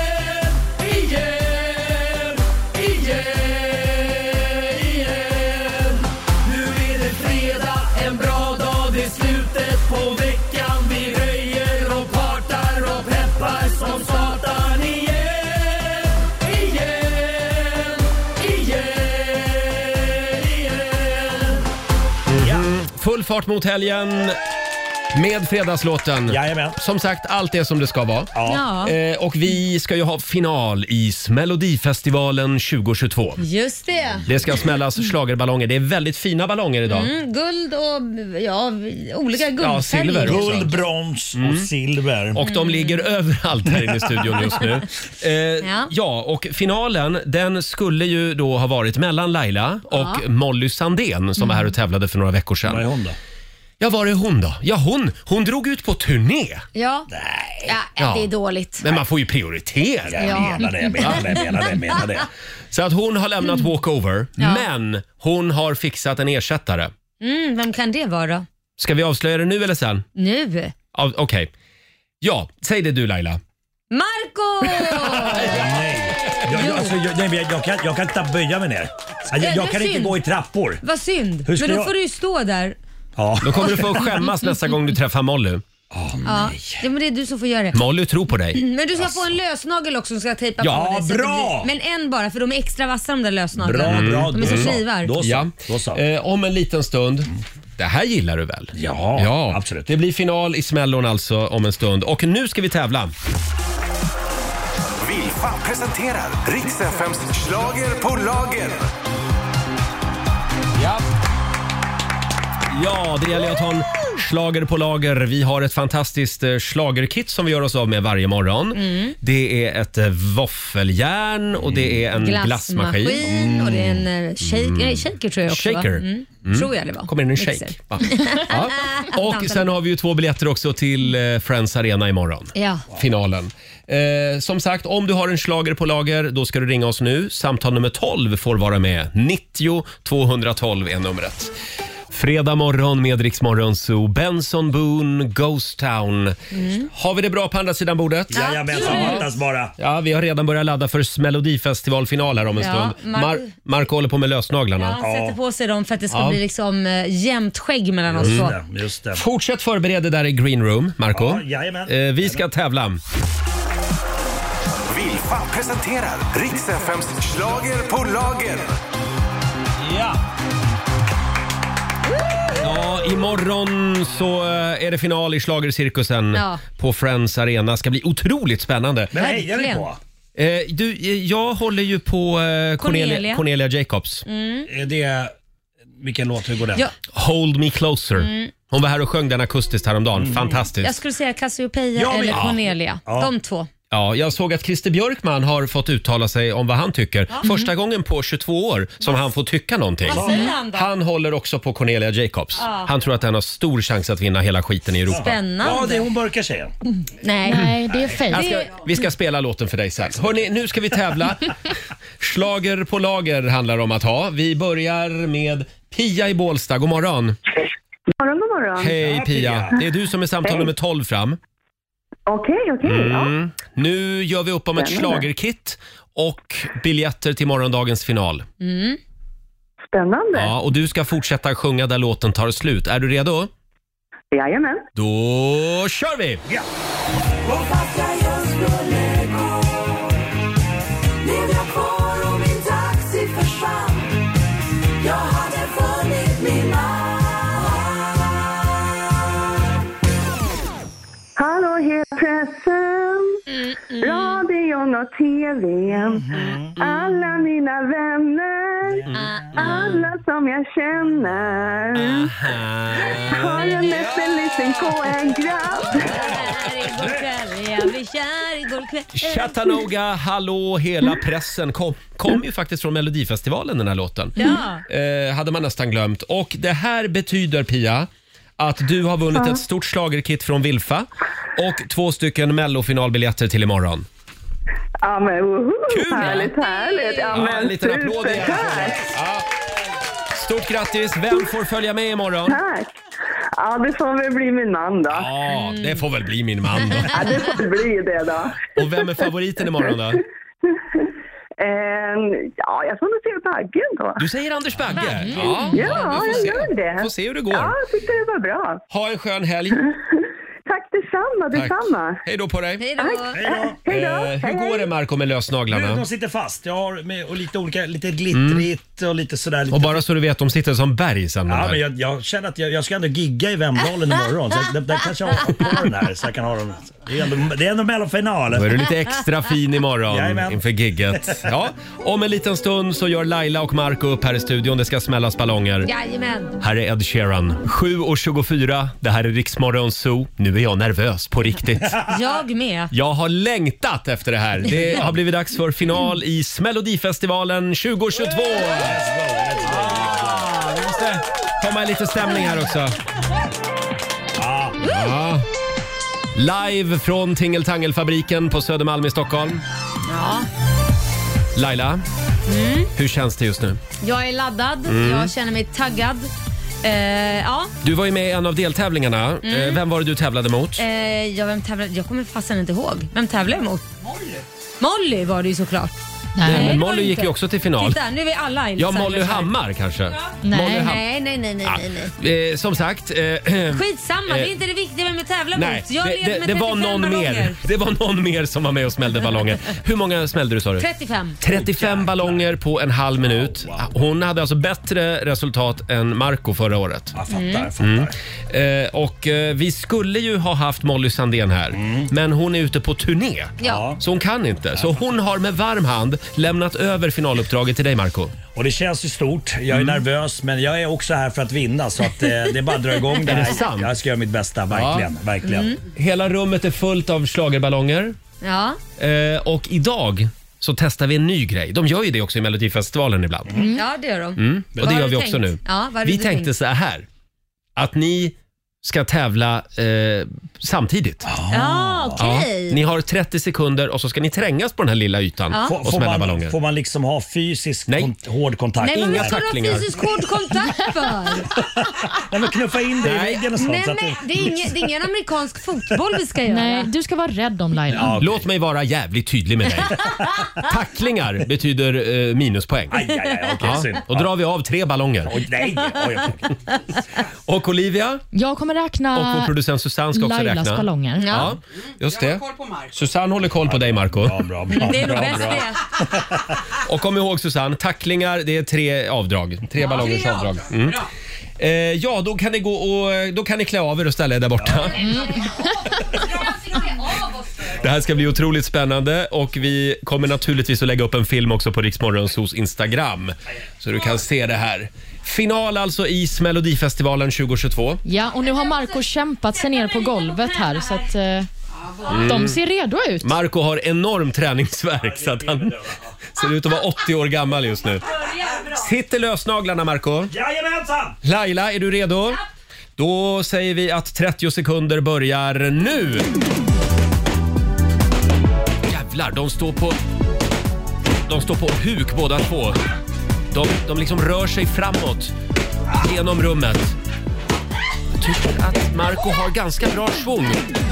Nu är det fredag, en bra dag, det är slutet på veckan. Vi röjer och partar och peppar som satan igen. Full fart mot helgen med fredagslåten. Jajamän. Som sagt, allt är som det ska vara. Ja. Och vi ska ju ha final i Melodifestivalen 2022. Just det. Det ska smällas schlagerballonger. Det är väldigt fina ballonger idag. Guld och olika guldfärger. Silver också. Guld, brons och silver. Och de ligger överallt här inne i studion just nu. Och finalen, den skulle ju då ha varit mellan Laila och Molly Sandén som var här och tävlade för några veckor sedan. Vad är hon då? Ja, var är hon då? Ja, hon drog ut på turné. Ja. Nej. Ja, det är dåligt. Men man får ju prioritera. Jag menar det. Så att hon har lämnat walkover, men hon har fixat en ersättare. Vem kan det vara då? Ska vi avslöja det nu eller sen? Nu. Okej. Ja, säg det du Laila. Marco! Jag kan inte böja mig ner. Jag kan inte gå i trappor. Vad synd. Men då får du ju stå där. Ja. Då kommer du få skämmas nästa gång du träffar Molly. Ja, men det är du som får göra det. Molly tror på dig. Men du ska få en lösnagel också som ska tejpa på dig. Ja, bra! Men en bara, för de är extra vassa de där lösnaglarna. Bra. De är som knivar. Då så. Om en liten stund. Det här gillar du väl? Ja, absolut. Det blir final i Smellon alltså om en stund. Och nu ska vi tävla. Vilfa presenterar Rix FMs schlager på lager. Ja, det gäller att ha en schlager på lager. Vi har ett fantastiskt schlagerkit som vi gör oss av med varje morgon. Det är ett våffeljärn och det är en glassmaskin. Och det är en shaker tror jag också. Shaker. Tror jag det var. Kommer in en shake. Ja. Och sen har vi ju 2 biljetter också till Friends Arena imorgon. Ja. Finalen. Som sagt, om du har en schlager på lager, då ska du ringa oss nu. Samtal nummer 12 får vara med. 90 212 är numret. Fredag morgon med Rix Morgon Zoo. Benson Boone, Ghost Town. Har vi det bra på andra sidan bordet? Jajamensan, fattas bara. Ja, vi har redan börjat ladda för Melodifestivalfinal här om en stund. Marco håller på med lösnaglarna. Ja, han sätter på sig dem för att det ska bli liksom jämnt skägg mellan oss två. Just det. Fortsätt förbereda där i Green Room, Marco. Ja, jajamän. Vi ska tävla. Vilfa presenterar Rix FMs Schlager på lager. Ja. Ja, imorgon så är det final i Schlagercirkusen på Friends Arena. Ska bli otroligt spännande. Men hejar ni på? Jag håller ju på Cornelia Jacobs. Vilken låt, hur går den? Ja. Hold Me Closer. Hon var här och sjöng den akustiskt häromdagen. Fantastiskt. Jag skulle säga Cassiopeia eller Cornelia. De två. Ja, jag såg att Christer Björkman har fått uttala sig om vad han tycker. Första gången på 22 år som han får tycka någonting. Vad säger han då? Han håller också på Cornelia Jacobs. Han tror att den har stor chans att vinna hela skiten i Europa. Spännande. Ja, det är hon börkar säga. Nej, det är fejk. Vi ska spela låten för dig sen. Hörrni, nu ska vi tävla. Schlager på lager handlar om att ha. Vi börjar med Pia i Bålsta. God morgon. God morgon. Hej Pia. Det är du som är samtal nummer 12 fram. Okej. Ja. Nu gör vi upp om ett schlagerkit och biljetter till morgondagens final. Spännande. Ja, och du ska fortsätta sjunga där låten tar slut. Är du redo? Jajamän. Då kör vi! Ja. Hallå hela pressen, radion och tvn, alla mina vänner, alla som jag känner. Har jag mött en liten KN-grabb? Chattanooga, hallå hela pressen kom ju faktiskt från Melodifestivalen, den här låten. Hade man nästan glömt. Och det här betyder, Pia, att du har vunnit ett stort schlagerkit från Vilfa och 2 stycken mellofinalbiljetter till imorgon. Ja men Kul! Härligt. Ja, men en liten applåd igen. Ja. Stort grattis! Vem får följa med imorgon? Tack! Ja, det får väl bli min man då. Ja, det får väl bli min man då. Ja, det får bli det då. Och vem är favoriten imorgon då? Ja, jag får nog se Bagge då. Du säger Anders Bagge? Ja, jag gör det. Får se hur det går. Ja, jag tyckte det var bra. Ha en skön helg. Tack detsamma. Hej då på dig. Hej då. Hur går det, Marco, med lösnaglarna? De sitter fast. Jag har med och lite glittrigt och lite sådär. Lite... Och bara så du vet, de sitter som berg sen. Ja, men jag känner att jag ska ändå gigga i Vemdalen imorgon. Så där kanske jag har på den här så jag kan ha dem. Det är ändå mellofinal. Då är du lite extra fin imorgon inför gigget. Ja, om en liten stund så gör Laila och Marco upp här i studion. Det ska smällas ballonger. Jajamän. Här är Ed Sheeran. 7:24. Det här är Rix Morgon Zoo. Nu är jag nervös på riktigt. Jag med. Jag har längtat efter det här. Det har blivit dags för final i Melodifestivalen 2022. Vi måste komma i lite stämning här också. Ja. Live från Tingeltangelfabriken på Södermalm i Stockholm. Ja. Laila, hur känns det just nu? Jag är laddad. Jag känner mig taggad. Ja. Du var ju med i en av deltävlingarna. Vem var det du tävlade mot? Jag kommer fast inte ihåg. Vem tävlade jag mot? Molly var det ju såklart. Nej, men Molly gick ju också till final. Titta, nu är vi alla Ja, Molly Hammar kanske. Ja. Nej. Som sagt. Skitsamma, det är inte det viktiga vem jag tävlar mot. Jag leder med det var någon ballonger. mer. Det var någon mer som var med och smällde ballonger. Hur många smällde du, sa du? 35 ballonger på en halv minut. Hon hade alltså bättre resultat än Marco förra året. Jag fattar. Och vi skulle ju ha haft Molly Sandén här. Men hon är ute på turné. Ja. Så hon kan inte. Så hon har med varm hand lämnat över finaluppdraget till dig, Marco. Och det känns ju stort. Jag är nervös, men jag är också här för att vinna. Så att, det är bara att dra igång det här. Jag ska göra mitt bästa, verkligen. Hela rummet är fullt av schlagerballonger. Ja. Och idag så testar vi en ny grej. De gör ju det också i Melodifestivalen ibland. Ja, det gör de. Och det gör vi också nu. Ja, vi tänkte så här, att ni ska tävla samtidigt. Okej. Ni har 30 sekunder och så ska ni trängas på den här lilla ytan och smälla ballonger. Får man liksom ha fysisk hård kontakt? Nej, men inga vad ska du tacklingar. ha fysisk hård kontakt för? Nej, men knuffa in det i väggen och sånt. Nej, så men att det är ingen amerikansk fotboll vi ska göra. Nej, du ska vara rädd om Laila. Ja, låt mig vara jävligt tydlig med dig. Tacklingar betyder minuspoäng. Okej, synd. Och drar vi av 3 ballonger. Nej. Och Olivia? Jag kommer räkna Och vår producent Susanne ska också Lailas räkna. ballonger. Ja, just det. Susanne håller koll på dig, Marco. Bra. Det är nog bäst det. Och kom ihåg, Susanne, tacklingar, det är 3 avdrag. 3 ballongers avdrag. Ja, då kan ni gå och då kan ni klä av er och ställa er där borta. Det här ska bli otroligt spännande och vi kommer naturligtvis att lägga upp en film också på Rix Morgonzoos Instagram. Så du kan se det här. Final alltså i Melodifestivalen 2022. Ja, och nu har Marco kämpat sig ner på golvet här så att de ser redo ut. Marco har enorm träningsvärk så att han ser ut att vara 80 år gammal just nu. Sitter lösnaglarna, Marco? Jajamensan! Laila, är du redo? Då säger vi att 30 sekunder börjar nu. Jävlar, de står på huk båda två. De liksom rör sig framåt genom rummet. Jag tycker att Marco har ganska bra svung.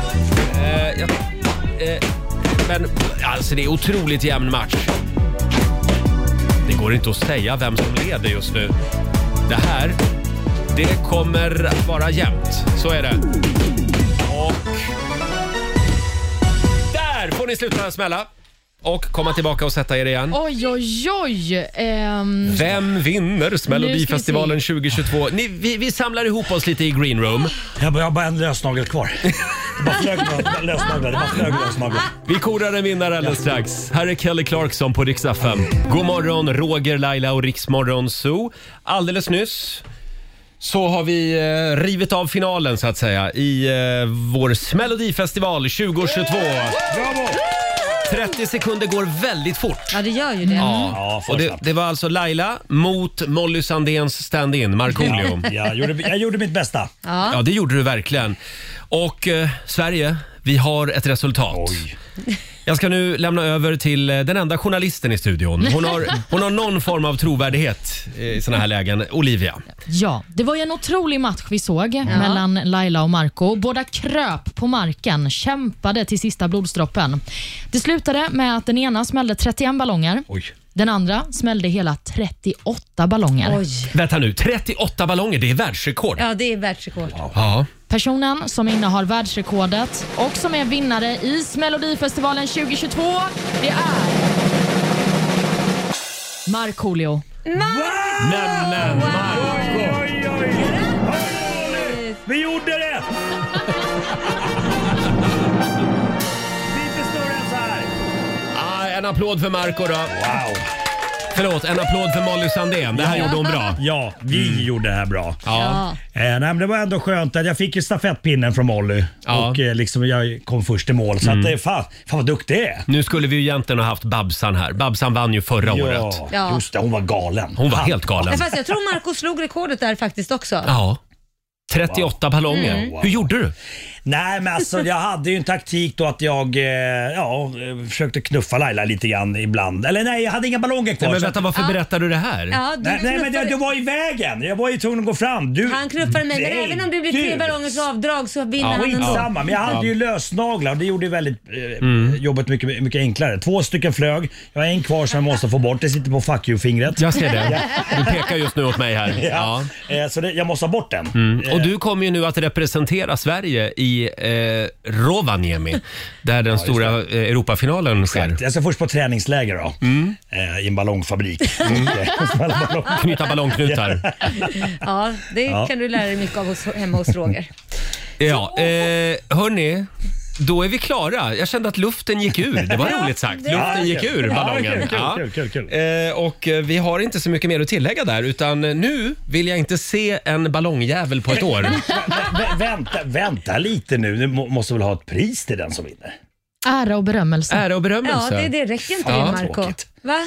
Men alltså det är otroligt jämn match. Det går inte att säga vem som leder just nu. Det kommer att vara jämnt. Så är det. Och där får ni sluta smälla. Och komma tillbaka och sätta er igen. Oj. Vem vinner Melodifestivalen 2022? Vi samlar ihop oss lite i green room. Jag har bara en lösnagel kvar. Det bara flög lösnaglar. Vi korar en vinnare alldeles strax. Här är Kelly Clarkson på Rix FM. God morgon, Roger, Laila och Rix Morgonzoo. Alldeles nyss så har vi rivit av finalen så att säga i vår Melodifestival 2022. Bravo! 30 sekunder går väldigt fort. Ja, det gör ju det. Ja, och det var alltså Laila mot Molly Sandéns stand-in, Markoolio. Jag gjorde mitt bästa. Ja, det gjorde du verkligen. Och Sverige, vi har ett resultat. Oj. Jag ska nu lämna över till den enda journalisten i studion. Hon har någon form av trovärdighet i såna här lägen. Olivia. Ja, det var ju en otrolig match vi såg mellan Laila och Marco. Båda kröp på marken, kämpade till sista blodsdroppen. Det slutade med att den ena smällde 31 ballonger. Oj. Den andra smällde hela 38 ballonger. Oj. Vänta nu, 38 ballonger, det är världsrekord. Ja, det är världsrekord. Ja. Personen som innehar världsrekordet och som är vinnare i Melodifestivalen 2022, det är Markoolio. Nämen, Marco. Vi gjorde det! Lite större än så här. En applåd för Marco då. Wow. Förlåt, en applåd för Molly Sandén. Det här gjorde hon bra. Ja, vi gjorde det här bra. Ja. Nej, men det var ändå skönt att jag fick ju stafettpinnen från Molly och liksom jag kom först i mål. Så att, fan vad duktig det är. Nu skulle vi ju egentligen ha haft Babsan här. Babsan vann ju förra året. Ja. Just det, hon var galen. Hon var helt galen. Ja, fast jag tror Marco slog rekordet där faktiskt också. Ja. 38 ballonger. Hur gjorde du? Nej, men alltså jag hade ju en taktik då att jag försökte knuffa Laila lite grann ibland. Eller nej, jag hade inga ballonger kvar. Nej, men vänta, varför berättar du det här? Ja, nej, men det var i vägen. Jag var ju tvungen att gå fram. Han knuffade mig, men även om det blir 3 ballongers avdrag så vinner han ändå. Samma, men jag hade ju lösnaglar och det gjorde väldigt jobbet mycket enklare. 2 stycken flög. Jag har en kvar som jag måste få bort. Det sitter på fuck you-fingret. Jag ser det. Du pekar just nu åt mig här. Ja. Så jag måste ha bort den. Och du kommer ju nu att representera Sverige i Rovaniemi, där den stora Europafinalen sker. Jag ska först på träningsläger då, i en ballongfabrik. Knyta ballongknutar. Ja, det kan du lära dig mycket av hemma hos Roger. Ja, hörni, då är vi klara. Jag kände att luften gick ur. Det var roligt sagt. Luften gick ur ballongen. Kul. Och vi har inte så mycket mer att tillägga där, utan nu vill jag inte se en ballongjävel på ett år. Vänta lite nu. Du måste väl ha ett pris till den som vinner? Ära och berömmelse. Ära och berömmelse. Ja, det räcker inte det, Marco. Va?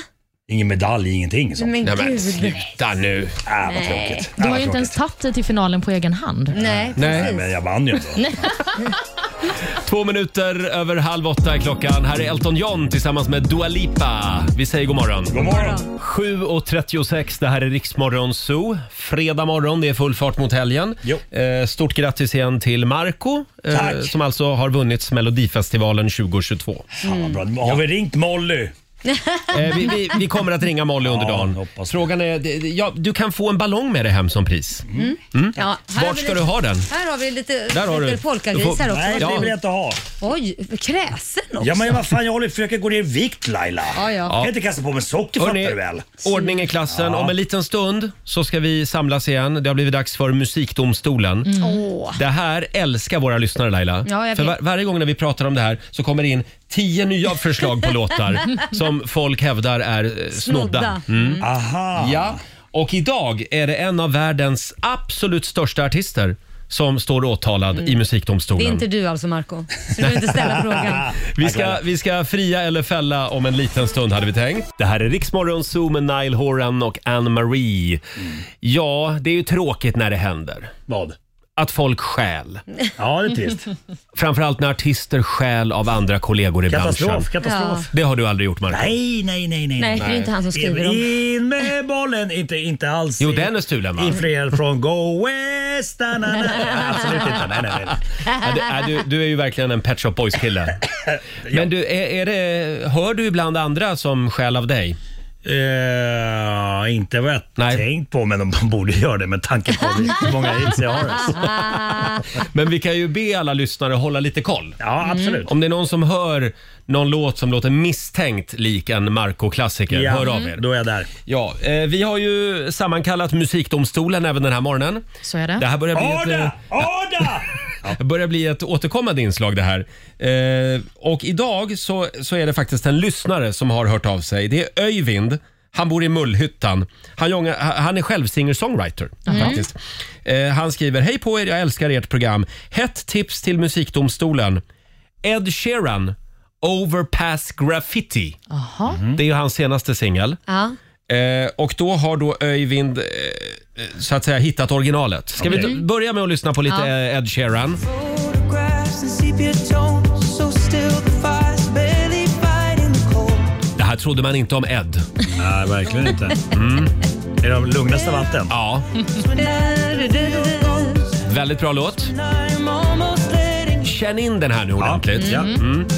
Ingen medalj, ingenting sånt. Men Nej, men gud. sluta nu. Vad tråkigt. Du har ju inte ens tagit dig till finalen på egen hand. Nej, Nej. precis. Men jag vann ju ändå. 2 minuter över 7:30 är klockan. Här är Elton John tillsammans med Dua Lipa. Vi säger god morgon. God morgon. 7:36, det här är Riksmorgon Zoo. Fredag morgon, det är full fart mot helgen. Stort grattis igen till Marco som alltså har vunnit Melodifestivalen 2022. Fan vad bra. Har vi ringt Molly? Vi kommer att ringa Molly under dagen. Frågan är, du kan få en ballong med dig hem som pris. Ja, Vart ska du ha den? Här har vi lite Där har du. polkagrisar också. Nej, det vill jag inte ha. Oj, kräsen också. Ja, men vad fan, jag försöker gå ner i vikt, Laila. Ja. Jag kan inte kasta på mig socker, fattar du väl? Ordning i klassen. Om en liten stund så ska vi samlas igen. Det har blivit dags för Musikdomstolen. Det här älskar våra lyssnare, Laila. Ja, jag för vet. varje gång när vi pratar om det här så kommer det in 10 nya förslag på låtar som folk hävdar är snodda. Aha. Ja, och idag är det en av världens absolut största artister som står åtalad i Musikdomstolen. Det är inte du alltså, Marco. Så du behöver inte ställa frågan. Vi ska fria eller fälla om en liten stund, hade vi tänkt. Det här är Riksmorgon Zoo med Niall Horan och Anne-Marie. Ja, det är ju tråkigt när det händer. Vad? Att folk stjäl. Ja, det är trist. Framförallt när artister stjäl av andra kollegor i branschen. Katastrof. Det har du aldrig gjort, Marco. Nej. Nej, det är inte han som skriver dem. In med bollen. Inte alls. Jo, den är stulen, va? In fler från Go West. Absolut inte. Nej. Du är ju verkligen en Pet Shop Boys-kille. Men du, hör du ibland andra som stjäl av dig? Inte vad jag tänkt på, men de borde göra det med tanke på hur många hits jag har. Men vi kan ju be alla lyssnare hålla lite koll. Ja, absolut. Om det är någon som hör någon låt som låter misstänkt lik en Marco-klassiker, hör av er. Då är jag där. Ja, vi har ju sammankallat Musikdomstolen även den här morgonen. Så är det. Det här börjar bli Det börjar bli ett återkommande inslag det här. Och idag så är det faktiskt en lyssnare som har hört av sig. Det är Öyvind. Han bor i Mullhyttan. Han är själv singer-songwriter faktiskt. Han skriver: hej på er, jag älskar ert program. Hett tips till Musikdomstolen. Ed Sheeran, Overpass Graffiti. Det är ju hans senaste singel. Ja. Och då har Öyvind så att säga hittat originalet. Ska vi börja med att lyssna på lite Ed Sheeran? Det här trodde man inte om Ed. Nej, verkligen inte. Är de lugnaste vatten? Ja. Väldigt bra låt. Känn in den här nu ordentligt. Ja.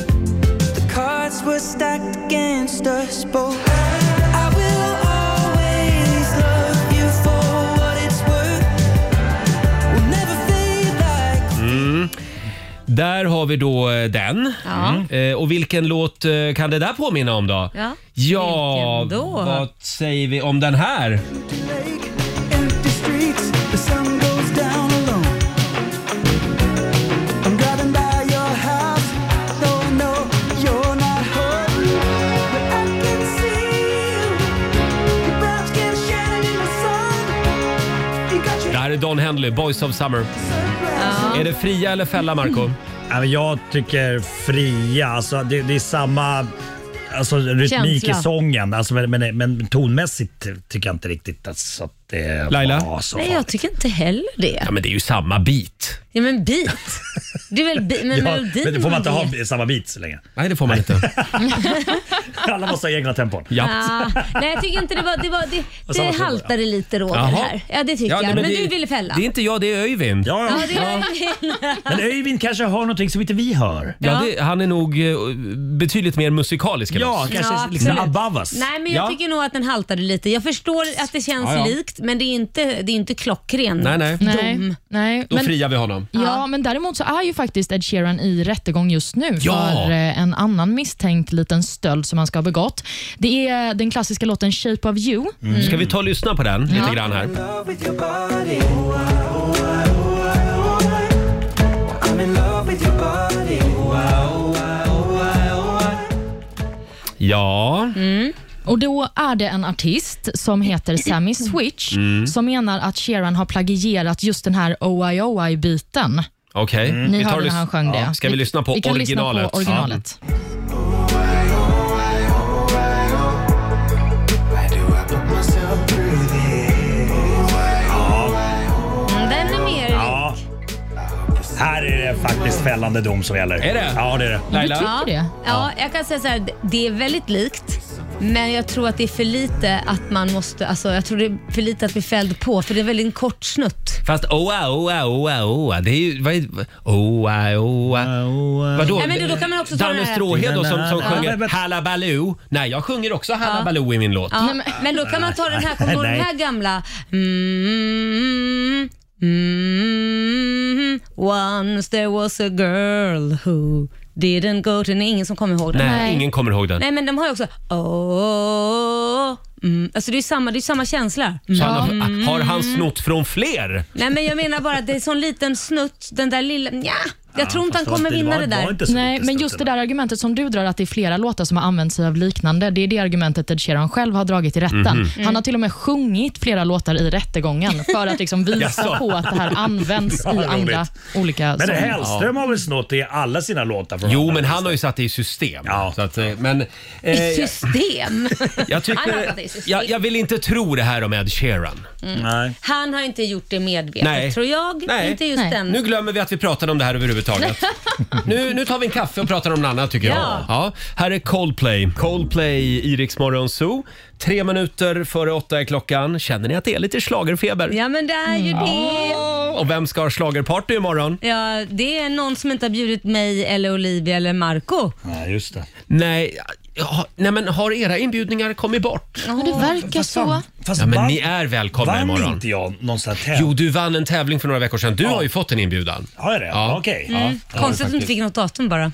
Där har vi då den. Och vilken låt kan det där påminna om då? Ja, vilken då? Vad säger vi om den här? Det här är Don Henley, Boys of Summer. Är det fria eller fälla, Marco? Jag tycker fria. Alltså, det är samma rytmik i sången. Alltså, men tonmässigt tycker jag inte riktigt att det Laila? var så. Nej, jag tycker inte heller det. Ja, men det är ju samma beat. Ja, men beat. Det är väl men melodin. Men det får man inte vet. ha samma beat så länge. Nej, det får man inte. Alla måste ha egna tempon. Ja. Nej, jag tycker inte det haltade lite Roger här. Ja, det tycker jag. Men du ville fälla. Det är inte jag, det är Öyvind. Ja, det är Öyvind. Men Öyvind kanske har någonting som inte vi hör. Han är nog betydligt mer musikalisk än oss. Ja, kanske liksom above us. Nej, men jag tycker nog att den haltade lite. Jag förstår att det känns likt, men det är inte klockren dom. Nej. Då friar vi honom. Ja, men däremot så är ju faktiskt Ed Sheeran i rättegång just nu för en annan misstänkt liten stöld som han ska ha begått. Det är den klassiska låten Shape of You. Ska vi ta och lyssna på den lite grann här? Ja. Och då är det en artist som heter Sammy Switch som menar att Sheeran har plagierat just den här OI-OI-biten. Okej. Ni hörde när han sjöng det. Ska vi lyssna på vi kan originalet? Lyssna på originalet. faktiskt fällande dom som gäller. Är det? Ja, det är det. Laila? Ja, jag kan säga så här, det är väldigt likt. Men jag tror att det är för lite att man måste, alltså jag tror det är för lite att bli fälld på, för det är väldigt en kort snutt. Fast det är ju vadå? Nej, men då kan man också ta Danne Stråhed då, som sjunger Hallabaloo. Nej, jag sjunger också Hallabaloo i min låt. Ja, men då kan man ta den här, den här gamla once there was a girl who didn't go to... Det är ingen som kommer ihåg den. Nej, ingen kommer ihåg den. Nej, men de har ju också alltså det är samma känsla. Så har han snott från fler? Nej, men jag menar bara att det är sån liten snutt, den där lilla... Jag tror inte han kommer vinna det där. Nej, men just det där argumentet som du drar, att det är flera låtar som har använt sig av liknande, det är det argumentet Ed Sheeran själv har dragit i rätten. Han har till och med sjungit flera låtar i rättegången för att liksom visa på att det här används i andra olika... Men Hellström har väl snott i alla sina låtar? Jo, men han har ju satt det i system. Så att, men, i system? Jag vill inte tro det här om Ed Sheeran. Nej. Han har inte gjort det medvetet, tror jag. Nej. Inte just den. Nu glömmer vi att vi pratade om det här överhuvudtaget. Nu tar vi en kaffe och pratar om något annat, tycker jag. Ja, här är Coldplay i Rix Morgon Zoo. 3 minuter före 8 är klockan. Känner ni att det är lite schlagerfeber? Ja, men det är ju det. Och vem ska ha schlagerparty imorgon? Ja, det är någon som inte har bjudit mig eller Olivia eller Marco. Ja, just det. Nej, men har era inbjudningar kommit bort? Ja, det verkar så. Men ni är välkomna imorgon. Vann inte jag någonstans Jo, du vann en tävling för några veckor sedan. Du har ju fått en inbjudan. Har jag det? Ja. Okej. Konstigt att du inte fick något datum bara.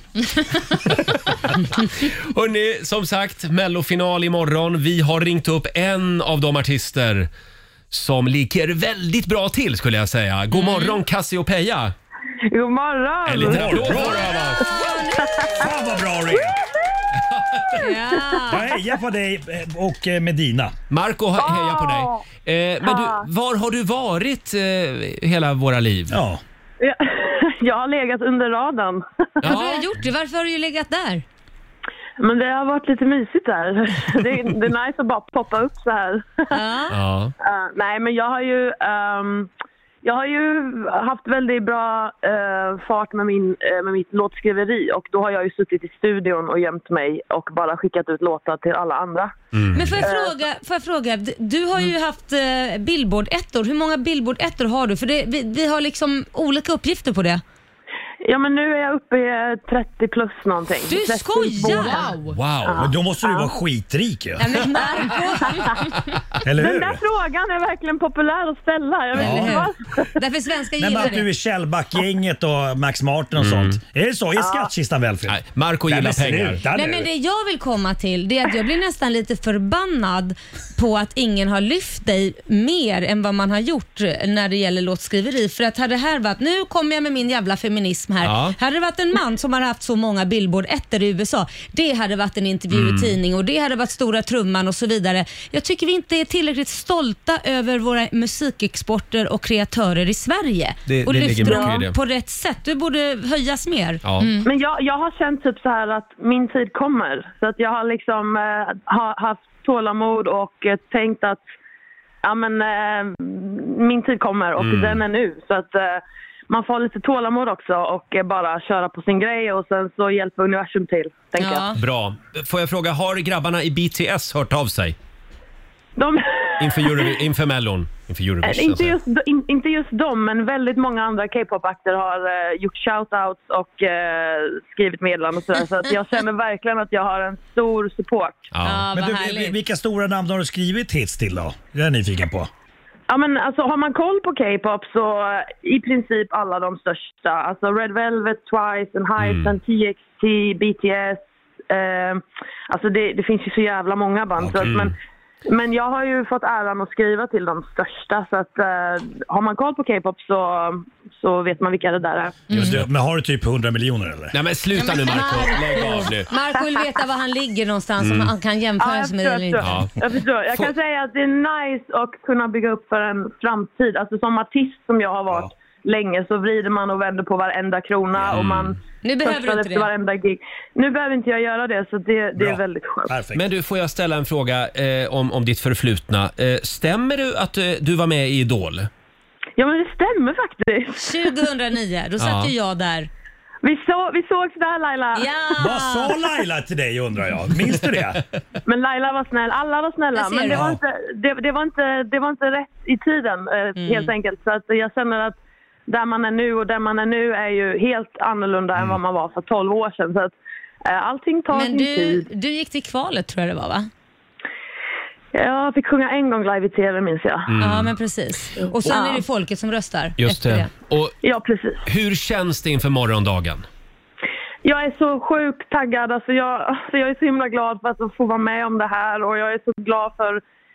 Hörrni, som sagt, mellofinal imorgon. Vi har ringt upp en av de artister som ligger väldigt bra till, skulle jag säga. God morgon, Cassiopeia. God morgon. En liten applåd för oss. Fan vad bra det är. Jag hejar på dig och Medina. Marco hejar på dig. Men var har du varit hela våra liv? Jag har legat under radarn. Vad har du gjort det? Varför har du legat där? Men det har varit lite mysigt där. Det är nice att bara poppa upp så här. Nej, men jag har ju haft väldigt bra fart med mitt låtskriveri, och då har jag ju suttit i studion och gömt mig och bara skickat ut låtar till alla andra. Men får jag fråga, du har ju haft Billboard-ettor. Hur många Billboard-ettor har du? För vi har liksom olika uppgifter på det. Ja, men nu är jag uppe i 30 plus någonting. Du skojar! Wow. Men då måste du vara skitrik ju. Ja, men eller hur? Den där frågan är verkligen populär att ställa. Jag vet inte vad. Därför svenska gillar det. Men att du är Källback-gänget och Max Martin och sånt. Är det så? Är skattkistan välfylld? Nej, Marco gillar pengar. Nej, men det jag vill komma till, det är att jag blir nästan lite förbannad på att ingen har lyft dig mer än vad man har gjort när det gäller låtskriveri. För att hade det här varit, nu kommer jag med min jävla feminism här. Hade det varit en man som har haft så många Billboard-ettor i USA, det hade varit en intervju i tidning och det hade varit stora trumman och så vidare. Jag tycker vi inte är tillräckligt stolta över våra musikexporter och kreatörer i Sverige. Och lyfter dem på rätt sätt. Du borde höjas mer. Men jag har känt typ så här att min tid kommer. Så att jag har liksom haft tålamod och tänkt att min tid kommer och den är nu. Så att man får lite tålamod också och bara köra på sin grej, och sen så hjälper universum till, tänker jag. Bra. Får jag fråga, har grabbarna i BTS hört av sig? Inför Mellon? Inför Eurovision? Inte just dem, men väldigt många andra K-pop-akter har gjort shoutouts och skrivit meddelanden och sådär. Så att jag känner verkligen att jag har en stor support. Men vilka stora namn har du skrivit hits till då? Det är jag nyfiken på. Ja, men alltså, har man koll på K-pop så i princip alla de största. Alltså Red Velvet, Twice, Enhypen, TXT, BTS. Alltså det finns ju så jävla många band. Så att, men jag har ju fått äran att skriva till de största. Så att har man koll på K-pop så vet man vilka det där är. Just det. Men har du typ 100 miljoner eller? Nej, men sluta nu, Marco. Lägg av nu. Marco vill veta var han ligger någonstans, om han kan jämföra sig med det eller inte. Jag förstår. Jag kan säga att det är nice att kunna bygga upp för en framtid. Alltså som artist som jag har varit länge, så vrider man och vänder på varenda krona och man nu behöver du inte det. Varenda gig. Nu behöver inte jag göra det, så det är väldigt skönt. Perfekt. Men du, får jag ställa en fråga om ditt förflutna. Stämmer det att du var med i Idol? Ja, men det stämmer faktiskt. 2009, då satt ju jag där. Vi sågs där, Laila. Ja. Vad sa Laila till dig, undrar jag? Minns du det? Men Laila var snäll, alla var snälla. Men det var inte rätt i tiden, helt enkelt. Så att jag känner att där man är nu och där man är nu är ju helt annorlunda än vad man var för 12 år sedan. Så att allting tar sin tid. Men du gick till kvalet, tror jag det var, va? Jag fick sjunga en gång live i tv, minns jag. Ja, men precis. Och sen är det folket som röstar. Just det. Och ja, precis. hur känns det inför morgondagen? Jag är så sjukt taggad. Alltså jag är så himla glad för att få vara med om det här. Och jag är så glad för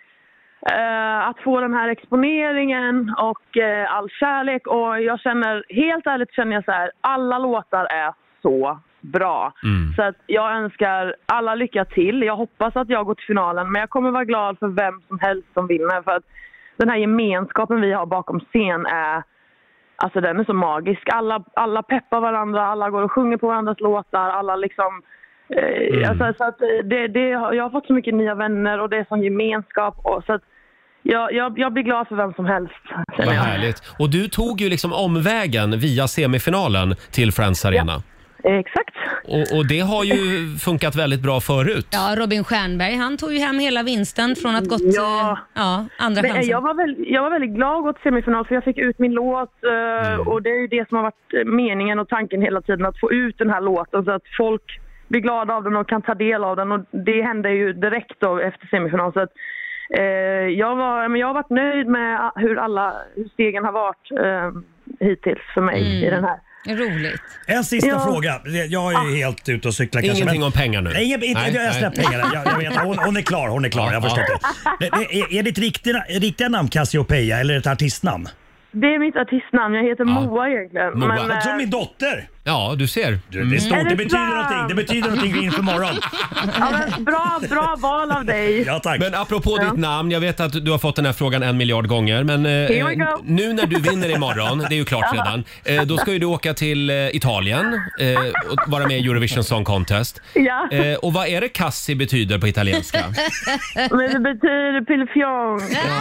att få den här exponeringen och all kärlek. Och jag känner, helt ärligt känner jag så här, alla låtar är så bra. Så att jag önskar alla lycka till. Jag hoppas att jag går till finalen, men jag kommer vara glad för vem som helst som vinner, för att den här gemenskapen vi har bakom scen är, alltså den är så magisk. Alla peppar varandra, alla går och sjunger på varandras låtar, alla liksom alltså, så att jag har fått så mycket nya vänner och det är sån gemenskap, och så att jag blir glad för vem som helst. Vad härligt. Och du tog ju liksom omvägen via semifinalen till Friends Arena. Ja. Exakt. Och det har ju funkat väldigt bra förut. Ja, Robin Stjernberg, han tog ju hem hela vinsten från att gått andra chansen. Jag var väldigt glad att gå till semifinal, för jag fick ut min låt och det är ju det som har varit meningen och tanken hela tiden, att få ut den här låten så att folk blir glada av den och kan ta del av den, och det hände ju direkt då efter semifinal. Så att jag har varit nöjd med hur stegen har varit hittills för mig i den här. Roligt. En sista fråga. Jag är helt ute och cyklar. Ingenting om pengar nu. Nej, jag släpper pengarna. Jag vet, hon är klar. Jag har förstått det. Är ditt riktiga namn Cassiopeia eller ett artistnamn? Det är mitt artistnamn. Jag heter Moa egentligen. Moa. Men, Som min dotter. Ja, du ser. Det är stort. Det betyder någonting. Det betyder någonting inför morgon. Ja, men bra val av dig. Ja, tack. Men apropå ditt namn, jag vet att du har fått den här frågan 1 miljard gånger, men nu när du vinner imorgon, det är ju klart redan, då ska ju du åka till Italien och vara med i Eurovision Song Contest. Ja. Och vad är det Cassi betyder på italienska? Men det betyder pillefjong.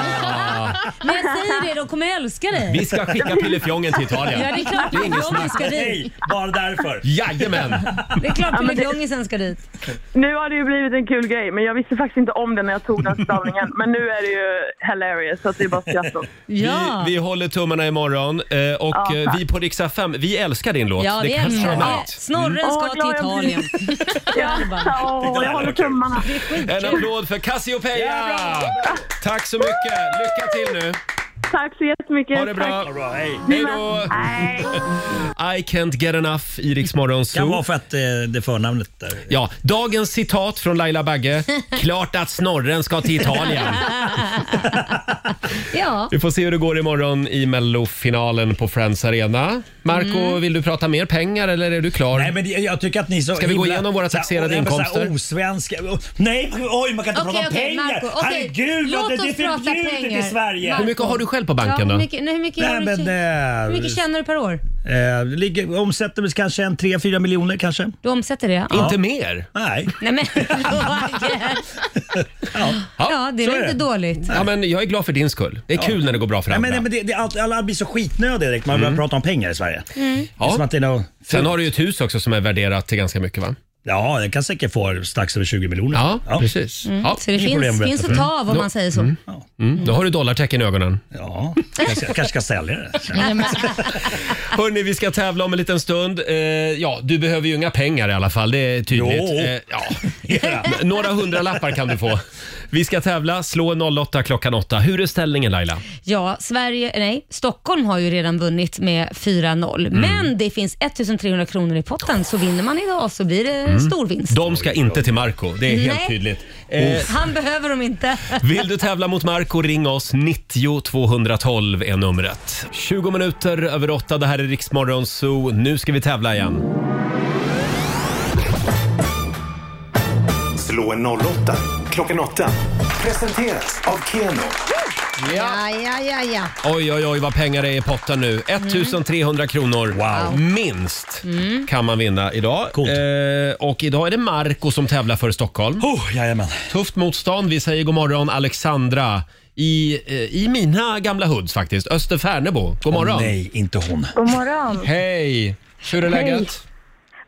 Men jag säger det, de kommer älska dig. Vi ska skicka pillefjongen till Italien. Ja, det är klart pillefjongen ska dit. Nej, bara därför. Jajamän. Det är klart pillefjongen sen ska dit. Nu har det ju blivit en kul grej, men jag visste faktiskt inte om det när jag tog den stavningen. Men nu är det ju hilarious, så att det är bara skratt. Vi håller tummarna imorgon och vi på Rix FM, vi älskar din låt. Ja, vi älskar det. Snorren ska till Italien. Jag håller tummarna. En applåd för Cassiopeia! Tack så mycket. Lycka till nu. Tack så jättemycket. Ha det bra. Hej då. I can't get enough i Rix Morgon Zoo. Kan vara för att det förnamnet där. Ja, dagens citat från Laila Bagge. Klart att snorren ska till Italien. Ja. Vi får se hur det går imorgon i Mellofinalen på Friends Arena. Marco, vill du prata mer pengar eller är du klar? Nej, men jag tycker att ni så... Ska vi gå igenom våra taxerade inkomster? Osvenska... Nej, oj, man kan inte prata om pengar. Marco, herregud, låt det är oss prata förbjudet pengar. i Sverige. Marco. Hur mycket har du själv på banken då? Hur mycket tjänar du per år? Omsätter väl kanske 3-4 miljoner kanske. Du omsätter det? Ja. Inte mer? Nej. Nej men ja, det är väl inte dåligt. Ja, men jag är glad för din skull. Det är kul när det går bra för andra. Men alla blir så skitnödiga direkt man börjar prata om pengar i Sverige. Ja. Som att det är något... Sen har du ju ett hus också som är värderat till ganska mycket, va? Ja, den kan säkert få strax över 20 miljoner. Ja, precis. Ja. Så det finns att ta av om man säger så. Då har du dollartecken i ögonen. Ja, kanske ska sälja det. Hörrni, vi ska tävla om en liten stund. Ja, du behöver ju inga pengar i alla fall, det är tydligt. Några 100-lappar kan du få. Vi ska tävla, slå 08 klockan 8. Hur är ställningen, Laila? Ja, Stockholm har ju redan vunnit med 4-0. Men det finns 1300 kronor i potten, så vinner man idag så blir det stor vinst. De ska inte till Marco, det är helt tydligt. Han behöver dem inte. Vill du tävla mot Marco, ring oss. 90 212 är numret. 20 minuter över 8, det här är Rix Morgon Zoo. Nu ska vi tävla igen. Slå en 08 klockan 8. Presenteras av Keno. Ja. Oj, vad pengar det är i potten nu. 1300 kronor. Wow. Minst kan man vinna idag. Och idag är det Marco som tävlar för Stockholm. Jajamän. Tufft motstånd. Vi säger god morgon Alexandra i mina gamla hoods faktiskt. Österfärnebo. God morgon. Nej, inte hon. God morgon. Hej. Hur är läget?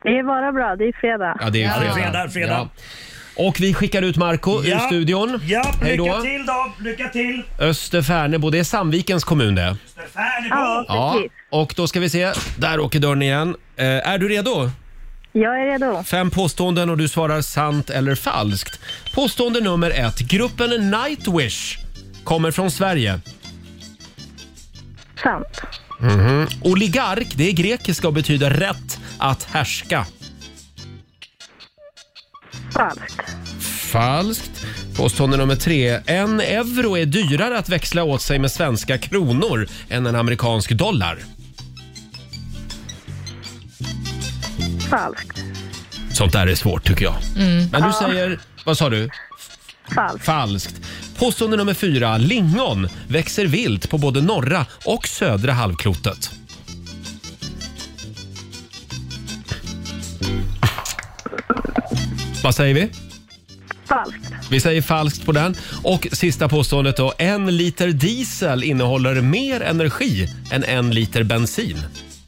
Det är bara bra, det är fredag. Ja, det är fredag. Ja. Och vi skickar ut Marco ur studion. Ja, Hej då. lycka till då. Lycka till. Österfärnebo, det är Sandvikens kommun det. Ja, precis. Och då ska vi se. Där åker dörren igen. Är du redo? Jag är redo. 5 påståenden och du svarar sant eller falskt. Påstående nummer 1. Gruppen Nightwish kommer från Sverige. Sant. Oligark, det är grekiska och betyder rätt att härska. Falskt. Falskt. Påstående nummer 3. 1 euro är dyrare att växla åt sig med svenska kronor än en amerikansk dollar. Falskt. Sånt där är svårt tycker jag. Men du säger, vad sa du? Falskt. Påstående nummer 4. Lingon växer vilt på både norra och södra halvklotet. Vad säger vi? Falskt. Vi säger falskt på den. Och sista påståendet då. 1 liter diesel innehåller mer energi än 1 liter bensin.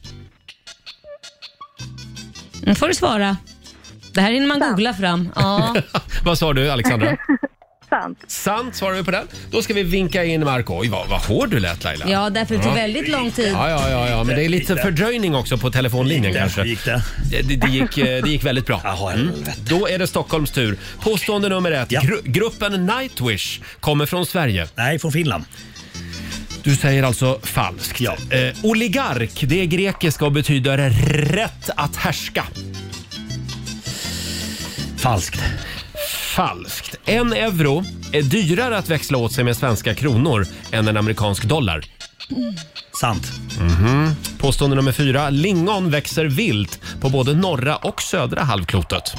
Nu får du svara. Det här är när man googlar fram. Ja. Vad sa du, Alexandra? Sant. Sant svarar vi på den. Då ska vi vinka in Marco. Oj, vad hård du lät, Laila. Ja, därför det tog väldigt lång tid. Ja, men det är lite fördröjning också på telefonlinjen kanske. Gick det? Det gick väldigt bra. Då är det Stockholms tur. Påstående nummer 1. Gruppen Nightwish kommer från Sverige. Nej, från Finland. Du säger alltså falskt. Ja. Oligark, det är grekiska och betyder rätt att härska. Falskt. Falskt. 1 euro är dyrare att växla åt sig med svenska kronor än en amerikansk dollar. Sant. Påstående nummer 4. Lingon växer vilt på både norra och södra halvklotet.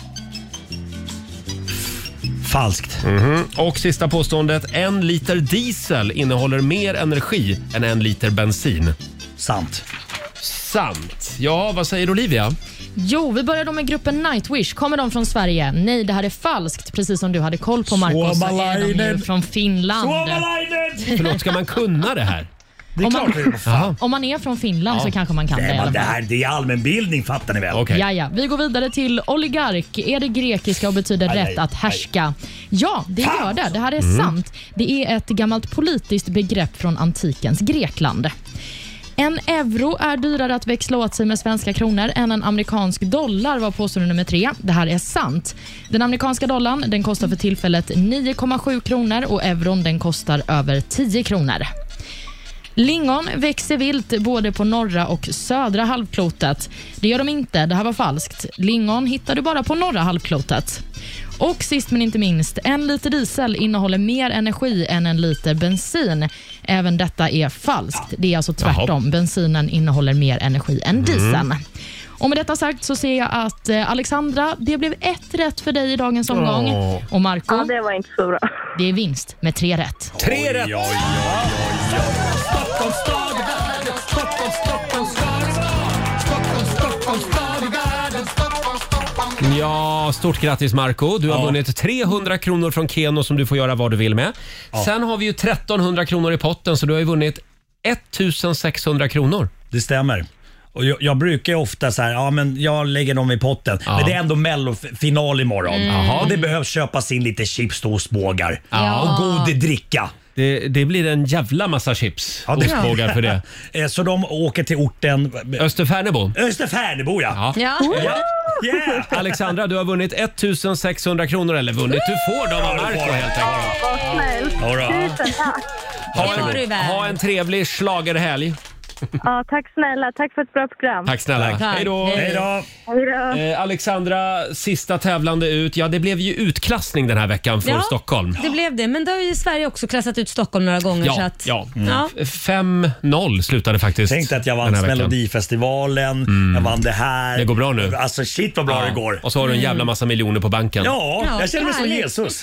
Falskt. Och sista påståendet. 1 liter diesel innehåller mer energi än 1 liter bensin. Sant. Sant. Ja, vad säger Olivia? Jo, vi börjar då med gruppen Nightwish. Kommer de från Sverige? Nej, det här är falskt. Precis som du hade koll på, Marco, så är de ju från Finland. Förlåt, ska man kunna det här? Det är klart. Om man är från Finland så kanske man kan det i alla fall. Det är allmänbildning, fattar ni väl? Okay. Ja. Vi går vidare till oligark. Är det grekiska och betyder rätt att härska? Ja, det gör det. Det här är sant. Det är ett gammalt politiskt begrepp från antikens Grekland. 1 euro är dyrare att växla åt sig med svenska kronor än en amerikansk dollar, var påstående nummer 3. Det här är sant. Den amerikanska dollarn, den kostar för tillfället 9,7 kronor och euron, den kostar över 10 kronor. Lingon växer vilt både på norra och södra halvklotet. Det gör de inte, det här var falskt. Lingon hittar du bara på norra halvklotet. Och sist men inte minst, 1 liter diesel innehåller mer energi än 1 liter bensin. Även detta är falskt. Det är alltså tvärtom. Bensinen innehåller mer energi än dieseln. Och med detta sagt så ser jag att Alexandra, det blev 1 rätt för dig i dagens omgång. Och Marco, Ja, det var inte så bra. det är vinst med 3 rätt. 3 rätt! Stockholms stad i världen, Stockholms stad i världen, Stockholms stad i världen, Stockholm. Ja, stort grattis Marco. Du har vunnit 300 kronor från Keno som du får göra vad du vill med. Sen har vi ju 1300 kronor i potten, så du har ju vunnit 1600 kronor. Det stämmer. Och jag brukar ju ofta så här, men jag lägger dem i potten. Men det är ändå mellofinal imorgon. Och det behövs köpas in lite chips och ostbågar. Och god dricka. Det blir en jävla massa chips och ostbågar för det. Så de åker till orten Österfärnebo. Österfärnebo, ja. Yeah. Alexandra, du har vunnit 1600 kronor, eller vunnit. Du får dem av Marco helt enkelt. Vad snällt. Tusen tack. Ha en trevlig schlagerhelg. Ja, tack snälla. Tack för ett bra program. Tack snälla. Hej då. Hej då. Alexandra, sista tävlande ut. Ja, det blev ju utklassning den här veckan för Stockholm. Det blev det, men då har ju Sverige också klassat ut Stockholm några gånger. Ja, så att, 5-0 slutade faktiskt. Tänkte att jag vann Melodifestivalen, jag vann det här. Det går bra nu. Alltså shit vad bra det går. Och så har du en jävla massa miljoner på banken. Ja, jag känner mig som Jesus.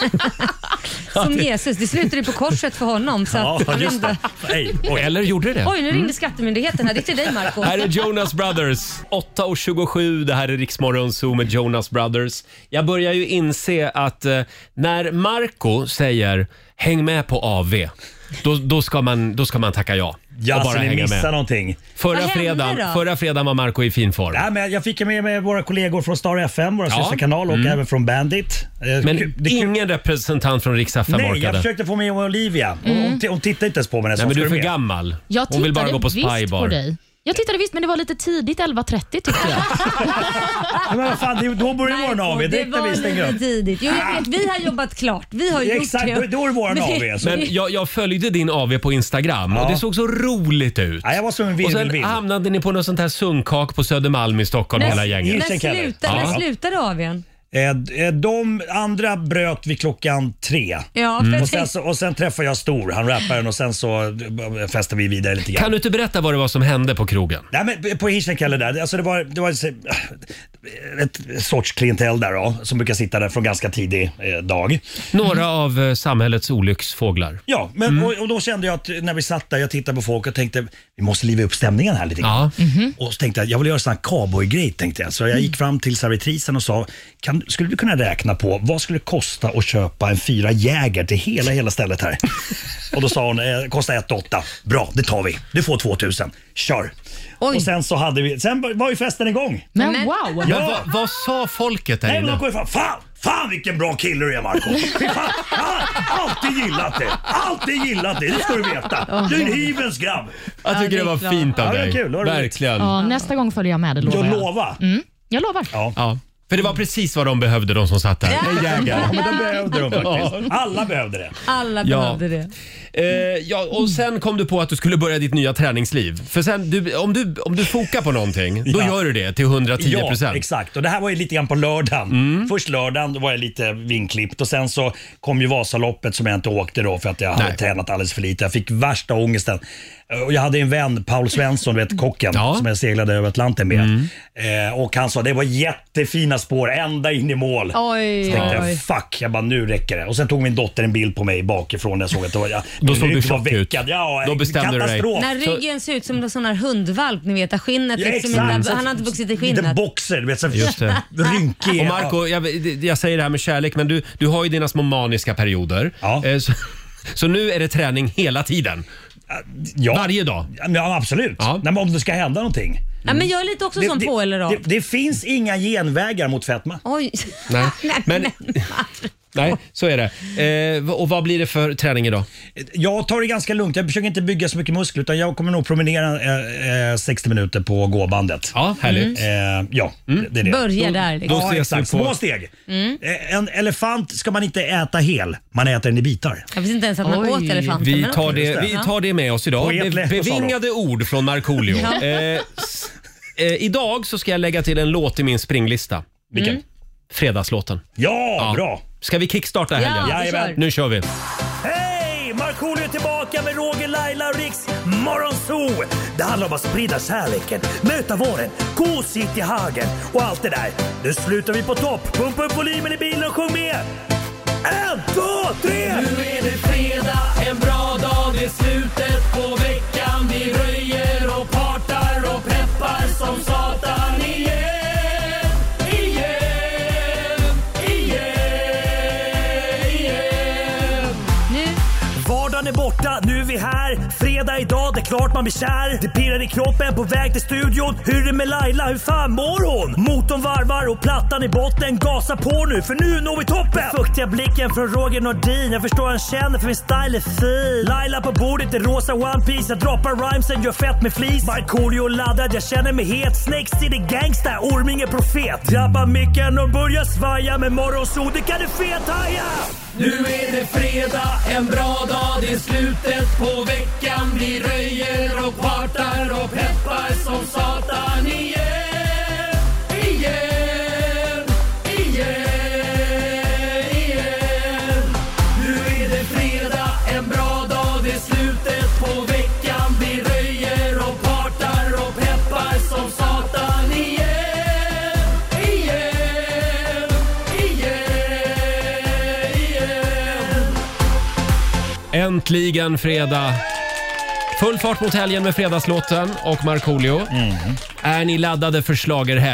Som Jesus, det slutade på korset för honom. Så att just det. Eller gjorde det? Oj, nu ringde Skattemyndigheten här. Det är till dig, Marco. Här är Jonas Brothers. 8:27. Det här är Rix Morgon Zoo med Jonas Brothers. Jag börjar ju inse att när Marco säger häng med på AV, då ska man tacka ja. Ja, och bara så ni hänga missar med. någonting. Förra fredagen var Marco i fin form. Ja, men jag fick med våra kollegor från Star FM, våra systerkanal, och även från Bandit. Men ingen representant från Rix FM orkade. Nej, jag försökte få med Olivia. Hon tittade inte ens på mig. Nej, men du är för gammal. Hon vill bara gå på Spybar. På dig. Jag tittade visst, men det var lite tidigt, 11:30 tyckte jag. Men vad fan, då börjar våran AV direkt när vi stänger upp. Tidigt. Jo, jag vet, vi har jobbat klart. Vi har gjort exakt, det. då är det våran AV. Men jag följde din AV på Instagram och det såg så roligt ut. Ja, jag var som en virvelvind. Och sen hamnade ni på något sånt här sunkak på Södermalm i Stockholm hela gänget. När slutade AW:n? De andra bröt vid klockan 3. Ja, och sen träffade jag Stor, han rapparen, och sen så festade vi vidare lite grann. Kan du inte berätta vad det var som hände på krogen? Nej, men på Hirschenkeller där, alltså det var ett sorts klientell där då, som brukar sitta där från ganska tidig dag. Några av samhällets olycksfåglar. Ja, men och då kände jag att när vi satt där, jag tittade på folk och tänkte vi måste liva upp stämningen här lite grann. Och så tänkte jag vill göra sån här cowboy-grej, tänkte jag. Så jag gick fram till servitrisen och sa, skulle du kunna räkna på vad skulle det kosta att köpa en 4 Jäger till hela stället här? Och då sa hon, kostar 1,8. Bra, det tar vi. Du får 2,000. Kör. Oj. Och sen så var ju festen igång. Men wow! Ja. Men vad sa folket där inne? Nej, fan vilken bra kille du är, Marco. Alltid gillat det. Det ska du veta. Du är en hyvens grabb. Jag tycker det var fint av dig. Kul, verkligen. Ja, nästa gång följer jag med, det lovar jag. Lova. Jag lovar. Ja. För det var precis vad de behövde, de som satt där. En jägare. Ja, men de behövde de faktiskt. Alla behövde det. Alla behövde det. Och sen kom du på att du skulle börja ditt nya träningsliv. För sen, om du fokar på någonting, då gör du det till 110%. Ja, exakt. Och det här var ju lite grann på lördagen. Först lördagen då var jag lite vinklippt och sen så kom ju Vasaloppet som jag inte åkte då för att jag hade tränat alldeles för lite. Jag fick värsta ångesten. Och jag hade en vän, Paul Svensson, vet, kocken, som jag seglade över Atlanten med. Och han sa det var jättefina spår ända in i mål. Oj, så tänkte jag, fuck, jag bara nu räcker det. Och sen tog min dotter en bild på mig bakifrån när jag såg att det var, då såg du chock ut. Ja, då bestämde du dig. När ryggen ser ut som en sån här hundvalp, ni vet, skinnet liksom han har inte vuxit i skinnet. Lite boxer, du vet, så rynkig. Och Marco, jag säger det här med kärlek, men du har ju dina små maniska perioder. Ja. Så nu är det träning hela tiden. Ja. Varje dag? Ja, absolut. Ja. Nej, men om det ska hända någonting. Ja, men jag är lite också som på eller av. Det finns inga genvägar mot fetma. Oj. Nej. Nej, så är det. Och vad blir det för träning idag? Jag tar det ganska lugnt. Jag försöker inte bygga så mycket muskler utan jag kommer nog promenera 60 minuter på gåbandet. Ja, härligt. Det är det. Börja där. Liksom. Ja, exakt. Små steg. En elefant ska man inte äta hel. Man äter den i bitar. Jag visste inte ens att man åt elefanten. Vi tar det med oss idag. Bevingade ord från Markoolio. Idag så ska jag lägga till en låt i min springlista. Vilken? Fredagslåten. Ja, bra. Ska vi kickstarta helgen? Ja, nu kör vi. Hej! Markoolio är tillbaka med Roger, Laila och Riks Morgonzoo. Det handlar om att sprida kärleken, möta våren, gosigt i hagen och allt det där. Nu slutar vi på topp. Pumpa upp volymen i bilen och sjung med. 1, 2, 3! Nu är det fredag, en bra dag, det är slutet på veckan. Vi röjer och partar och peppar som satan igen. Vardagen är borta, nu är vi här. Fredag idag, det är klart man blir kär. Det pirrar i kroppen på väg till studion. Hur är det med Laila, hur fan mår hon? Motorn varvar och plattan i botten. Gasa på nu, för nu når vi toppen. Fuktiga blicken från Roger Nordin. Jag förstår han känner för min style är fin. Laila på bordet i rosa One Piece. Jag droppar rhymesen, gör fett med flis. Markoolio laddad, jag känner mig het. Snakes City gangsta, Orminge profet. Drabbar micken och börjar svaja. Med Morgonzoo, det kan du fethaja. Nu är det fredag, en bra dag, det är slutet på veckan. Vi röjer och partar och peppar som satan igen. Nu är det fredag, en bra dag, det är slutet på veckan. Vi röjer och partar och peppar som satan igen. Äntligen fredag. Full fart mot helgen med fredagslåten och Markoolio. Är ni laddade för schlagerhelg?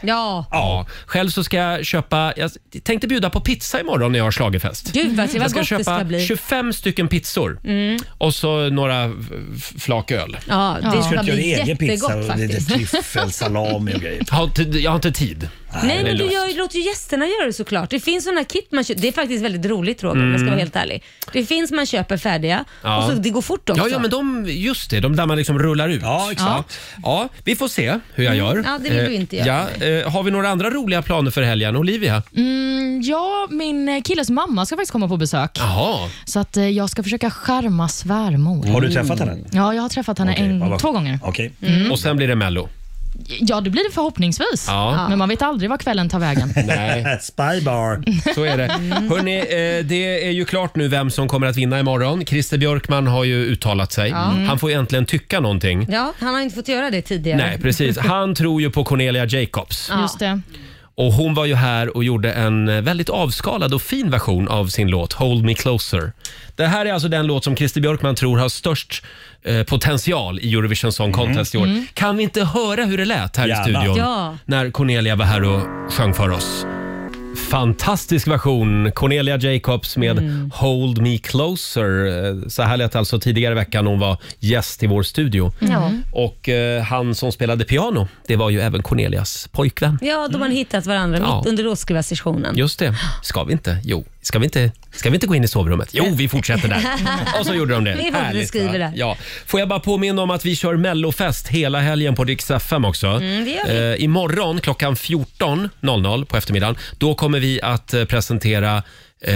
Ja. Själv så ska jag köpa... Jag tänkte bjuda på pizza imorgon när jag har schlagerfest. Gud, vad jag ska gott köpa det ska bli. 25 stycken pizzor. Och så några flak öl. Ja, det ska bli egen pizza jättegott och faktiskt. lite tryffelsalami och grejer. Jag har inte tid. Nej, men låter ju gästerna göra det såklart. Det finns sådana kit man köper. Det är faktiskt väldigt roligt, Roger, om jag ska vara helt ärlig. Det finns man köper färdiga och så det går fort också. Ja, men just det. De där man liksom rullar ut. Ja, exakt. Ja, vi får se hur jag gör. Ja, det vill du inte göra. Har vi några andra roliga planer för helgen? Olivia? Ja, min killes mamma ska faktiskt komma på besök. Jaha. Så att jag ska försöka skärma svärmor. Har du träffat henne? Ja, jag har träffat henne 2 gånger. Okej. Och sen blir det Mello. Ja, det blir det förhoppningsvis. Ja. Men man vet aldrig vad kvällen tar vägen. Nej. Spybar. Så är det. Hörrni, det är ju klart nu vem som kommer att vinna imorgon. Christer Björkman har ju uttalat sig. Han får ju äntligen tycka någonting. Ja, han har inte fått göra det tidigare. Nej, precis. Han tror ju på Cornelia Jacobs. Just det. Och hon var ju här och gjorde en väldigt avskalad och fin version av sin låt Hold Me Closer. Det här är alltså den låt som Christer Björkman tror har störst potential i Eurovision Song Contest i år. Kan vi inte höra hur det lät här i studion när Cornelia var här och sjöng för oss? Fantastisk version. Cornelia Jacobs med Hold Me Closer. Så här lät alltså tidigare veckan hon var gäst i vår studio. Och han som spelade piano, det var ju även Cornelias pojkvän. Ja, de har hittat varandra mitt under låtskrivarsessionen. Just det. Ska vi inte gå in i sovrummet? Jo, vi fortsätter där. Och så gjorde de det. Vi skriver där. Ja. Får jag bara påminna om att vi kör Mellofest hela helgen på Rix FM också. Det gör vi. Imorgon klockan 14.00 på eftermiddagen, då kommer vi att presentera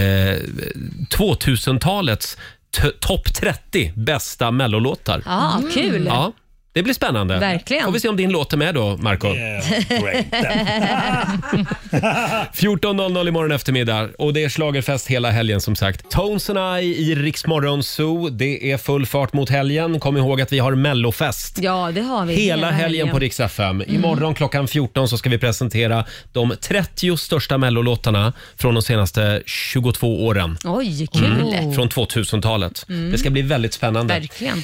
2000-talets topp 30 bästa mellolåtar. Kul. Ja. Det blir spännande. Verkligen. Får vi se om din låt är med då, Marco. 14.00 imorgon eftermiddag. Och det är schlagerfest hela helgen som sagt. Tones and I i Rix Morgon Zoo. Det är full fart mot helgen. Kom ihåg att vi har Mellofest. Ja, det har vi. Hela helgen på Rix FM. Imorgon klockan 14 så ska vi presentera de 30 största mellolåtarna från de senaste 22 åren. Oj, kul. Från 2000-talet. Det ska bli väldigt spännande. Verkligen.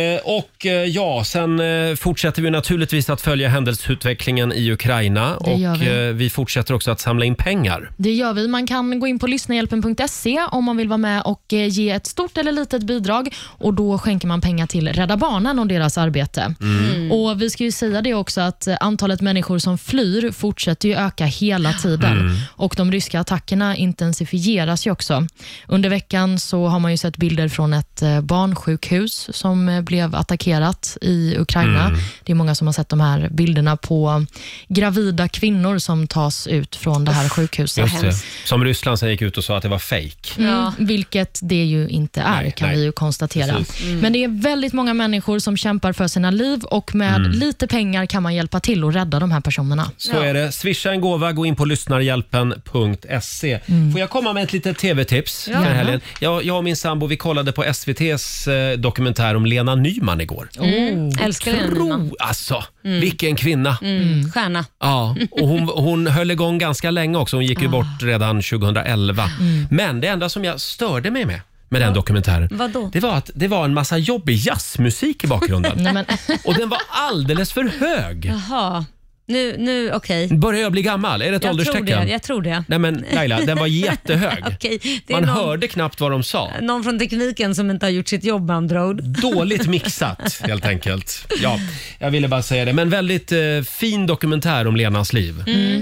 Sen fortsätter vi naturligtvis att följa händelseutvecklingen i Ukraina och vi fortsätter också att samla in pengar. Det gör vi. Man kan gå in på lyssnahjälpen.se om man vill vara med och ge ett stort eller litet bidrag, och då skänker man pengar till Rädda Barnen och deras arbete. Och vi ska ju säga det också att antalet människor som flyr fortsätter ju öka hela tiden och de ryska attackerna intensifieras ju också. Under veckan så har man ju sett bilder från ett barnsjukhus som blev attackerat i Ukraina. Det är många som har sett de här bilderna på gravida kvinnor som tas ut från det här sjukhuset. Just det. Som Ryssland sen gick ut och sa att det var fake. Vilket det ju inte är, kan vi ju konstatera. Men det är väldigt många människor som kämpar för sina liv, och med lite pengar kan man hjälpa till och rädda de här personerna. Så är det. Swisha en gåva, gå in på lyssnarhjälpen.se. Får jag komma med ett litet tv-tips för helgen? Jag och min sambo, vi kollade på SVT:s dokumentär om Lena Nyman igår. Älskar Lena Nyman. Alltså, vilken kvinna. Stjärna. Ja, och hon höll igång ganska länge också. Hon gick ju bort redan 2011. Men det enda som jag störde mig med den dokumentären, Vadå? det var att det var en massa jobbig jazzmusik i bakgrunden. Och den var alldeles för hög. Jaha. Nu okej. Börjar jag bli gammal? Är det ett ålderstecken? Jag tror det. Nej men Laila, den var jättehög. Man hörde knappt vad de sa. Någon från tekniken som inte har gjort sitt jobb med andra ord. Dåligt mixat helt enkelt. Ja, jag ville bara säga det. Men väldigt fin dokumentär om Lenas liv.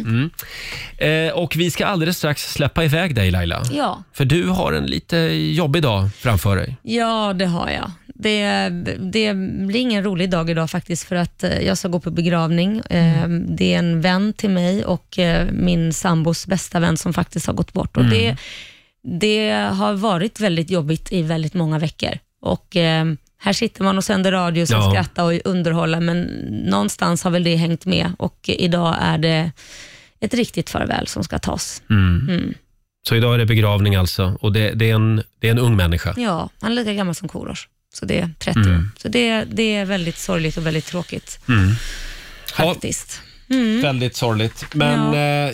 Och vi ska alldeles strax släppa iväg dig, Laila. Ja. För du har en lite jobbig dag framför dig. Ja, det har jag. Det blir ingen rolig dag idag faktiskt, för att jag ska gå på begravning. Det är en vän till mig och min sambos bästa vän som faktiskt har gått bort. Och det har varit väldigt jobbigt i väldigt många veckor. Och här sitter man och sänder radio och ska skratta och underhålla, men någonstans har väl det hängt med. Och idag är det ett riktigt farväl som ska tas. Så idag är det begravning alltså, och det är en ung människa. Ja, han är lika gammal som Korosh. Så det är 30 Så det är väldigt sorgligt och väldigt tråkigt. Faktiskt. Väldigt sorgligt. Men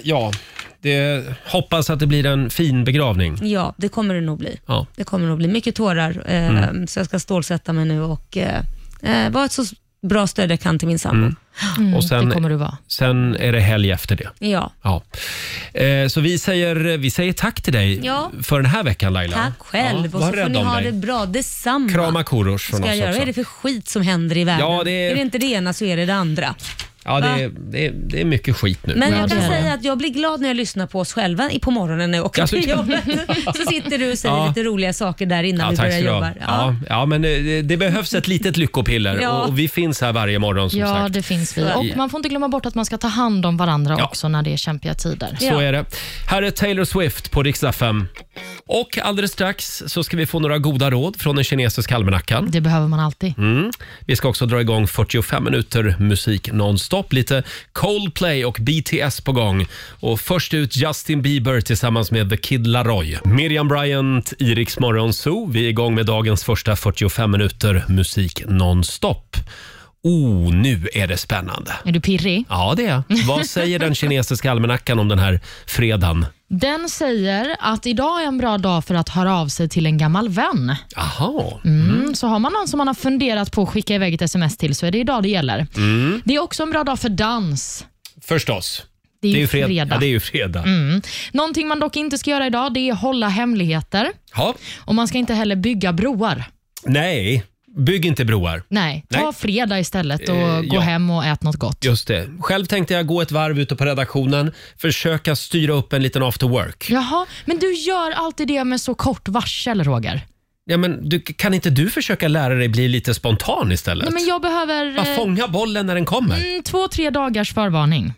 hoppas att det blir en fin begravning. Ja, det kommer det nog bli. Ja. Det kommer nog bli mycket tårar. Så jag ska stålsätta mig nu och vara ett så bra stöd jag kan till min sambo. Och sen, det kommer du vara. Sen är det helg efter det. Ja. Så vi säger tack till dig för den här veckan, Laila. Tack själv. Och så får ni ha det bra. Detsamma. Krama Korosh från oss också. Vad är det för skit som händer i världen? Ja, är det inte det ena så är det andra. Ja, det är mycket skit nu. Men jag kan säga att jag blir glad när jag lyssnar på oss själva på morgonen när jag åker till jobbet. Så sitter du och säger lite roliga saker där innan vi börjar jobba. Ja, men det behövs ett litet lyckopiller och vi finns här varje morgon som sagt. Ja, det finns vi. Och man får inte glömma bort att man ska ta hand om varandra också när det är kämpiga tider. Så är det. Här är Taylor Swift på Rix FM. Och alldeles strax så ska vi få några goda råd från den kinesiska almanackan. Det behöver man alltid. Vi ska också dra igång 45 minuter musik nonstop. Lite Coldplay och BTS på gång. Och först ut Justin Bieber tillsammans med The Kid Laroi. Miriam Bryant i Rix Morgon Zoo. Vi är igång med dagens första 45 minuter musik nonstop. Nu är det spännande. Är du pirrig? Ja, det är. Vad säger den kinesiska almanackan om den här fredagen? Den säger att idag är en bra dag för att höra av sig till en gammal vän. Aha. Så har man någon som man har funderat på att skicka iväg ett sms till så är det idag det gäller. Det är också en bra dag för dans. Förstås. Det är ju fredag. Ja, det är ju fredag. Någonting man dock inte ska göra idag, det är hålla hemligheter. Ja. Och man ska inte heller bygga broar. Nej. Bygg inte broar. Nej, ta fredag istället och gå hem och ät något gott. Just det. Själv tänkte jag gå ett varv ute på redaktionen, försöka styra upp en liten after work. Jaha, men du gör alltid det med så kort varsel, Roger. Ja, men kan inte du försöka lära dig bli lite spontan istället? Nej, men jag behöver... Bara fånga bollen när den kommer. 2-3 dagars förvarning.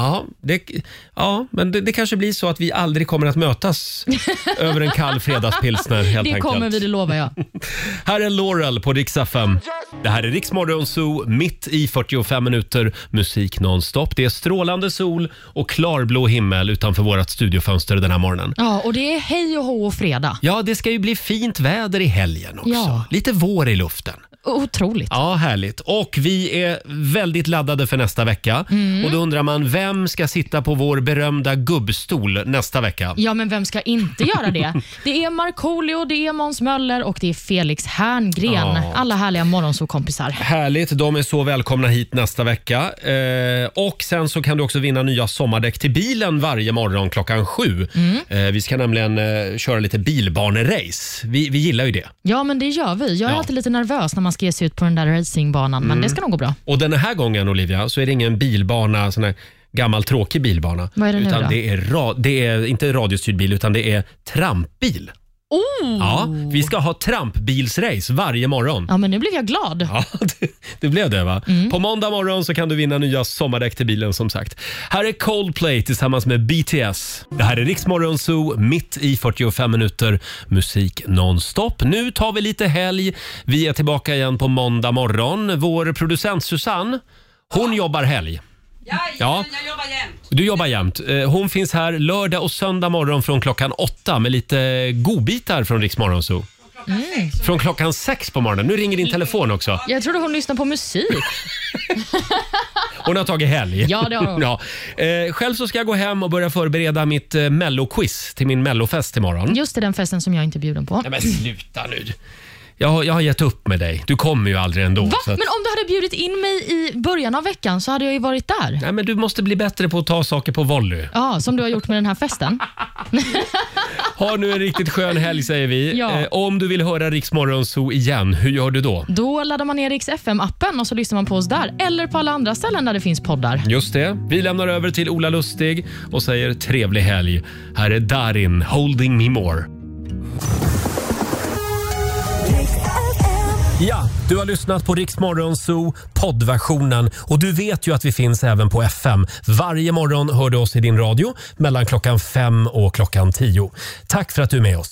Men det kanske blir så att vi aldrig kommer att mötas över en kall fredagspilsner helt enkelt. Det kommer vi, det lovar jag. Här är Laurel på Rix FM. Det här är Rix Morgon Zoo, mitt i 45 minuter musik nonstop. Det är strålande sol och klarblå himmel utanför vårt studiofönster den här morgonen. Ja, och det är hej och hå och fredag. Ja, det ska ju bli fint väder i helgen också. Ja. Lite vår i luften. Otroligt. Ja, härligt. Och vi är väldigt laddade för nästa vecka. Och då undrar man, vem ska sitta på vår berömda gubbstol nästa vecka? Ja, men vem ska inte göra det? Det är Markoolio, det är Måns Möller och det är Felix Herngren. Alla härliga morgonsåkompisar. Härligt, de är så välkomna hit nästa vecka. Och sen så kan du också vinna nya sommardäck till bilen varje morgon klockan 7. Vi ska nämligen köra lite bilbanerace. Vi gillar ju det. Ja, men det gör vi. Jag är alltid lite nervös när man ska ge sig ut på den där racingbanan, men det ska nog gå bra. Och den här gången, Olivia, så är det ingen bilbana, sån här gammal tråkig bilbana. Vad är det nu utan då? det är inte radiostyrd bil, utan det är trampbil. Ja, vi ska ha trampbilsrace varje morgon. Ja, men nu blev jag glad. Ja, det blev det, va? På måndag morgon så kan du vinna nya sommardäck till bilen, som sagt. Här är Coldplay tillsammans med BTS. Det här är Rix Morgon Zoo, mitt i 45 minuter musik nonstop. Nu tar vi lite helg. Vi är tillbaka igen på måndag morgon. Vår producent Susanne, hon jobbar helg. Ja, jag jobbar jämt. Du jobbar jämt. Hon finns här lördag och söndag morgon från klockan 8 med lite godbitar från Rix Morgon Zoo. Från klockan 6 på morgonen. Nu ringer din telefon också. Jag trodde hon lyssnade på musik. Hon har tagit helg. Ja, det har hon. Ja. Själv så ska jag gå hem och börja förbereda mitt melloquiz till min mellofest imorgon. Just det, den festen som jag inte är bjuden på. Nej, men sluta nu. Jag har gett upp med dig. Du kommer ju aldrig ändå. Va? Så att... Men om du hade bjudit in mig i början av veckan så hade jag ju varit där. Nej, men du måste bli bättre på att ta saker på volley. Ja, som du har gjort med den här festen. Ha nu en riktigt skön helg, säger vi. Ja. Om du vill höra Rix Morgon Zoo igen, hur gör du då? Då laddar man ner Rix FM-appen och så lyssnar man på oss där. Eller på alla andra ställen där det finns poddar. Just det. Vi lämnar över till Ola Lustig och säger trevlig helg. Här är Darin, Holding Me More. Ja, du har lyssnat på Rix Morgon Zoo poddversionen och du vet ju att vi finns även på FM. Varje morgon hör du oss i din radio mellan klockan 5 och klockan 10. Tack för att du är med oss.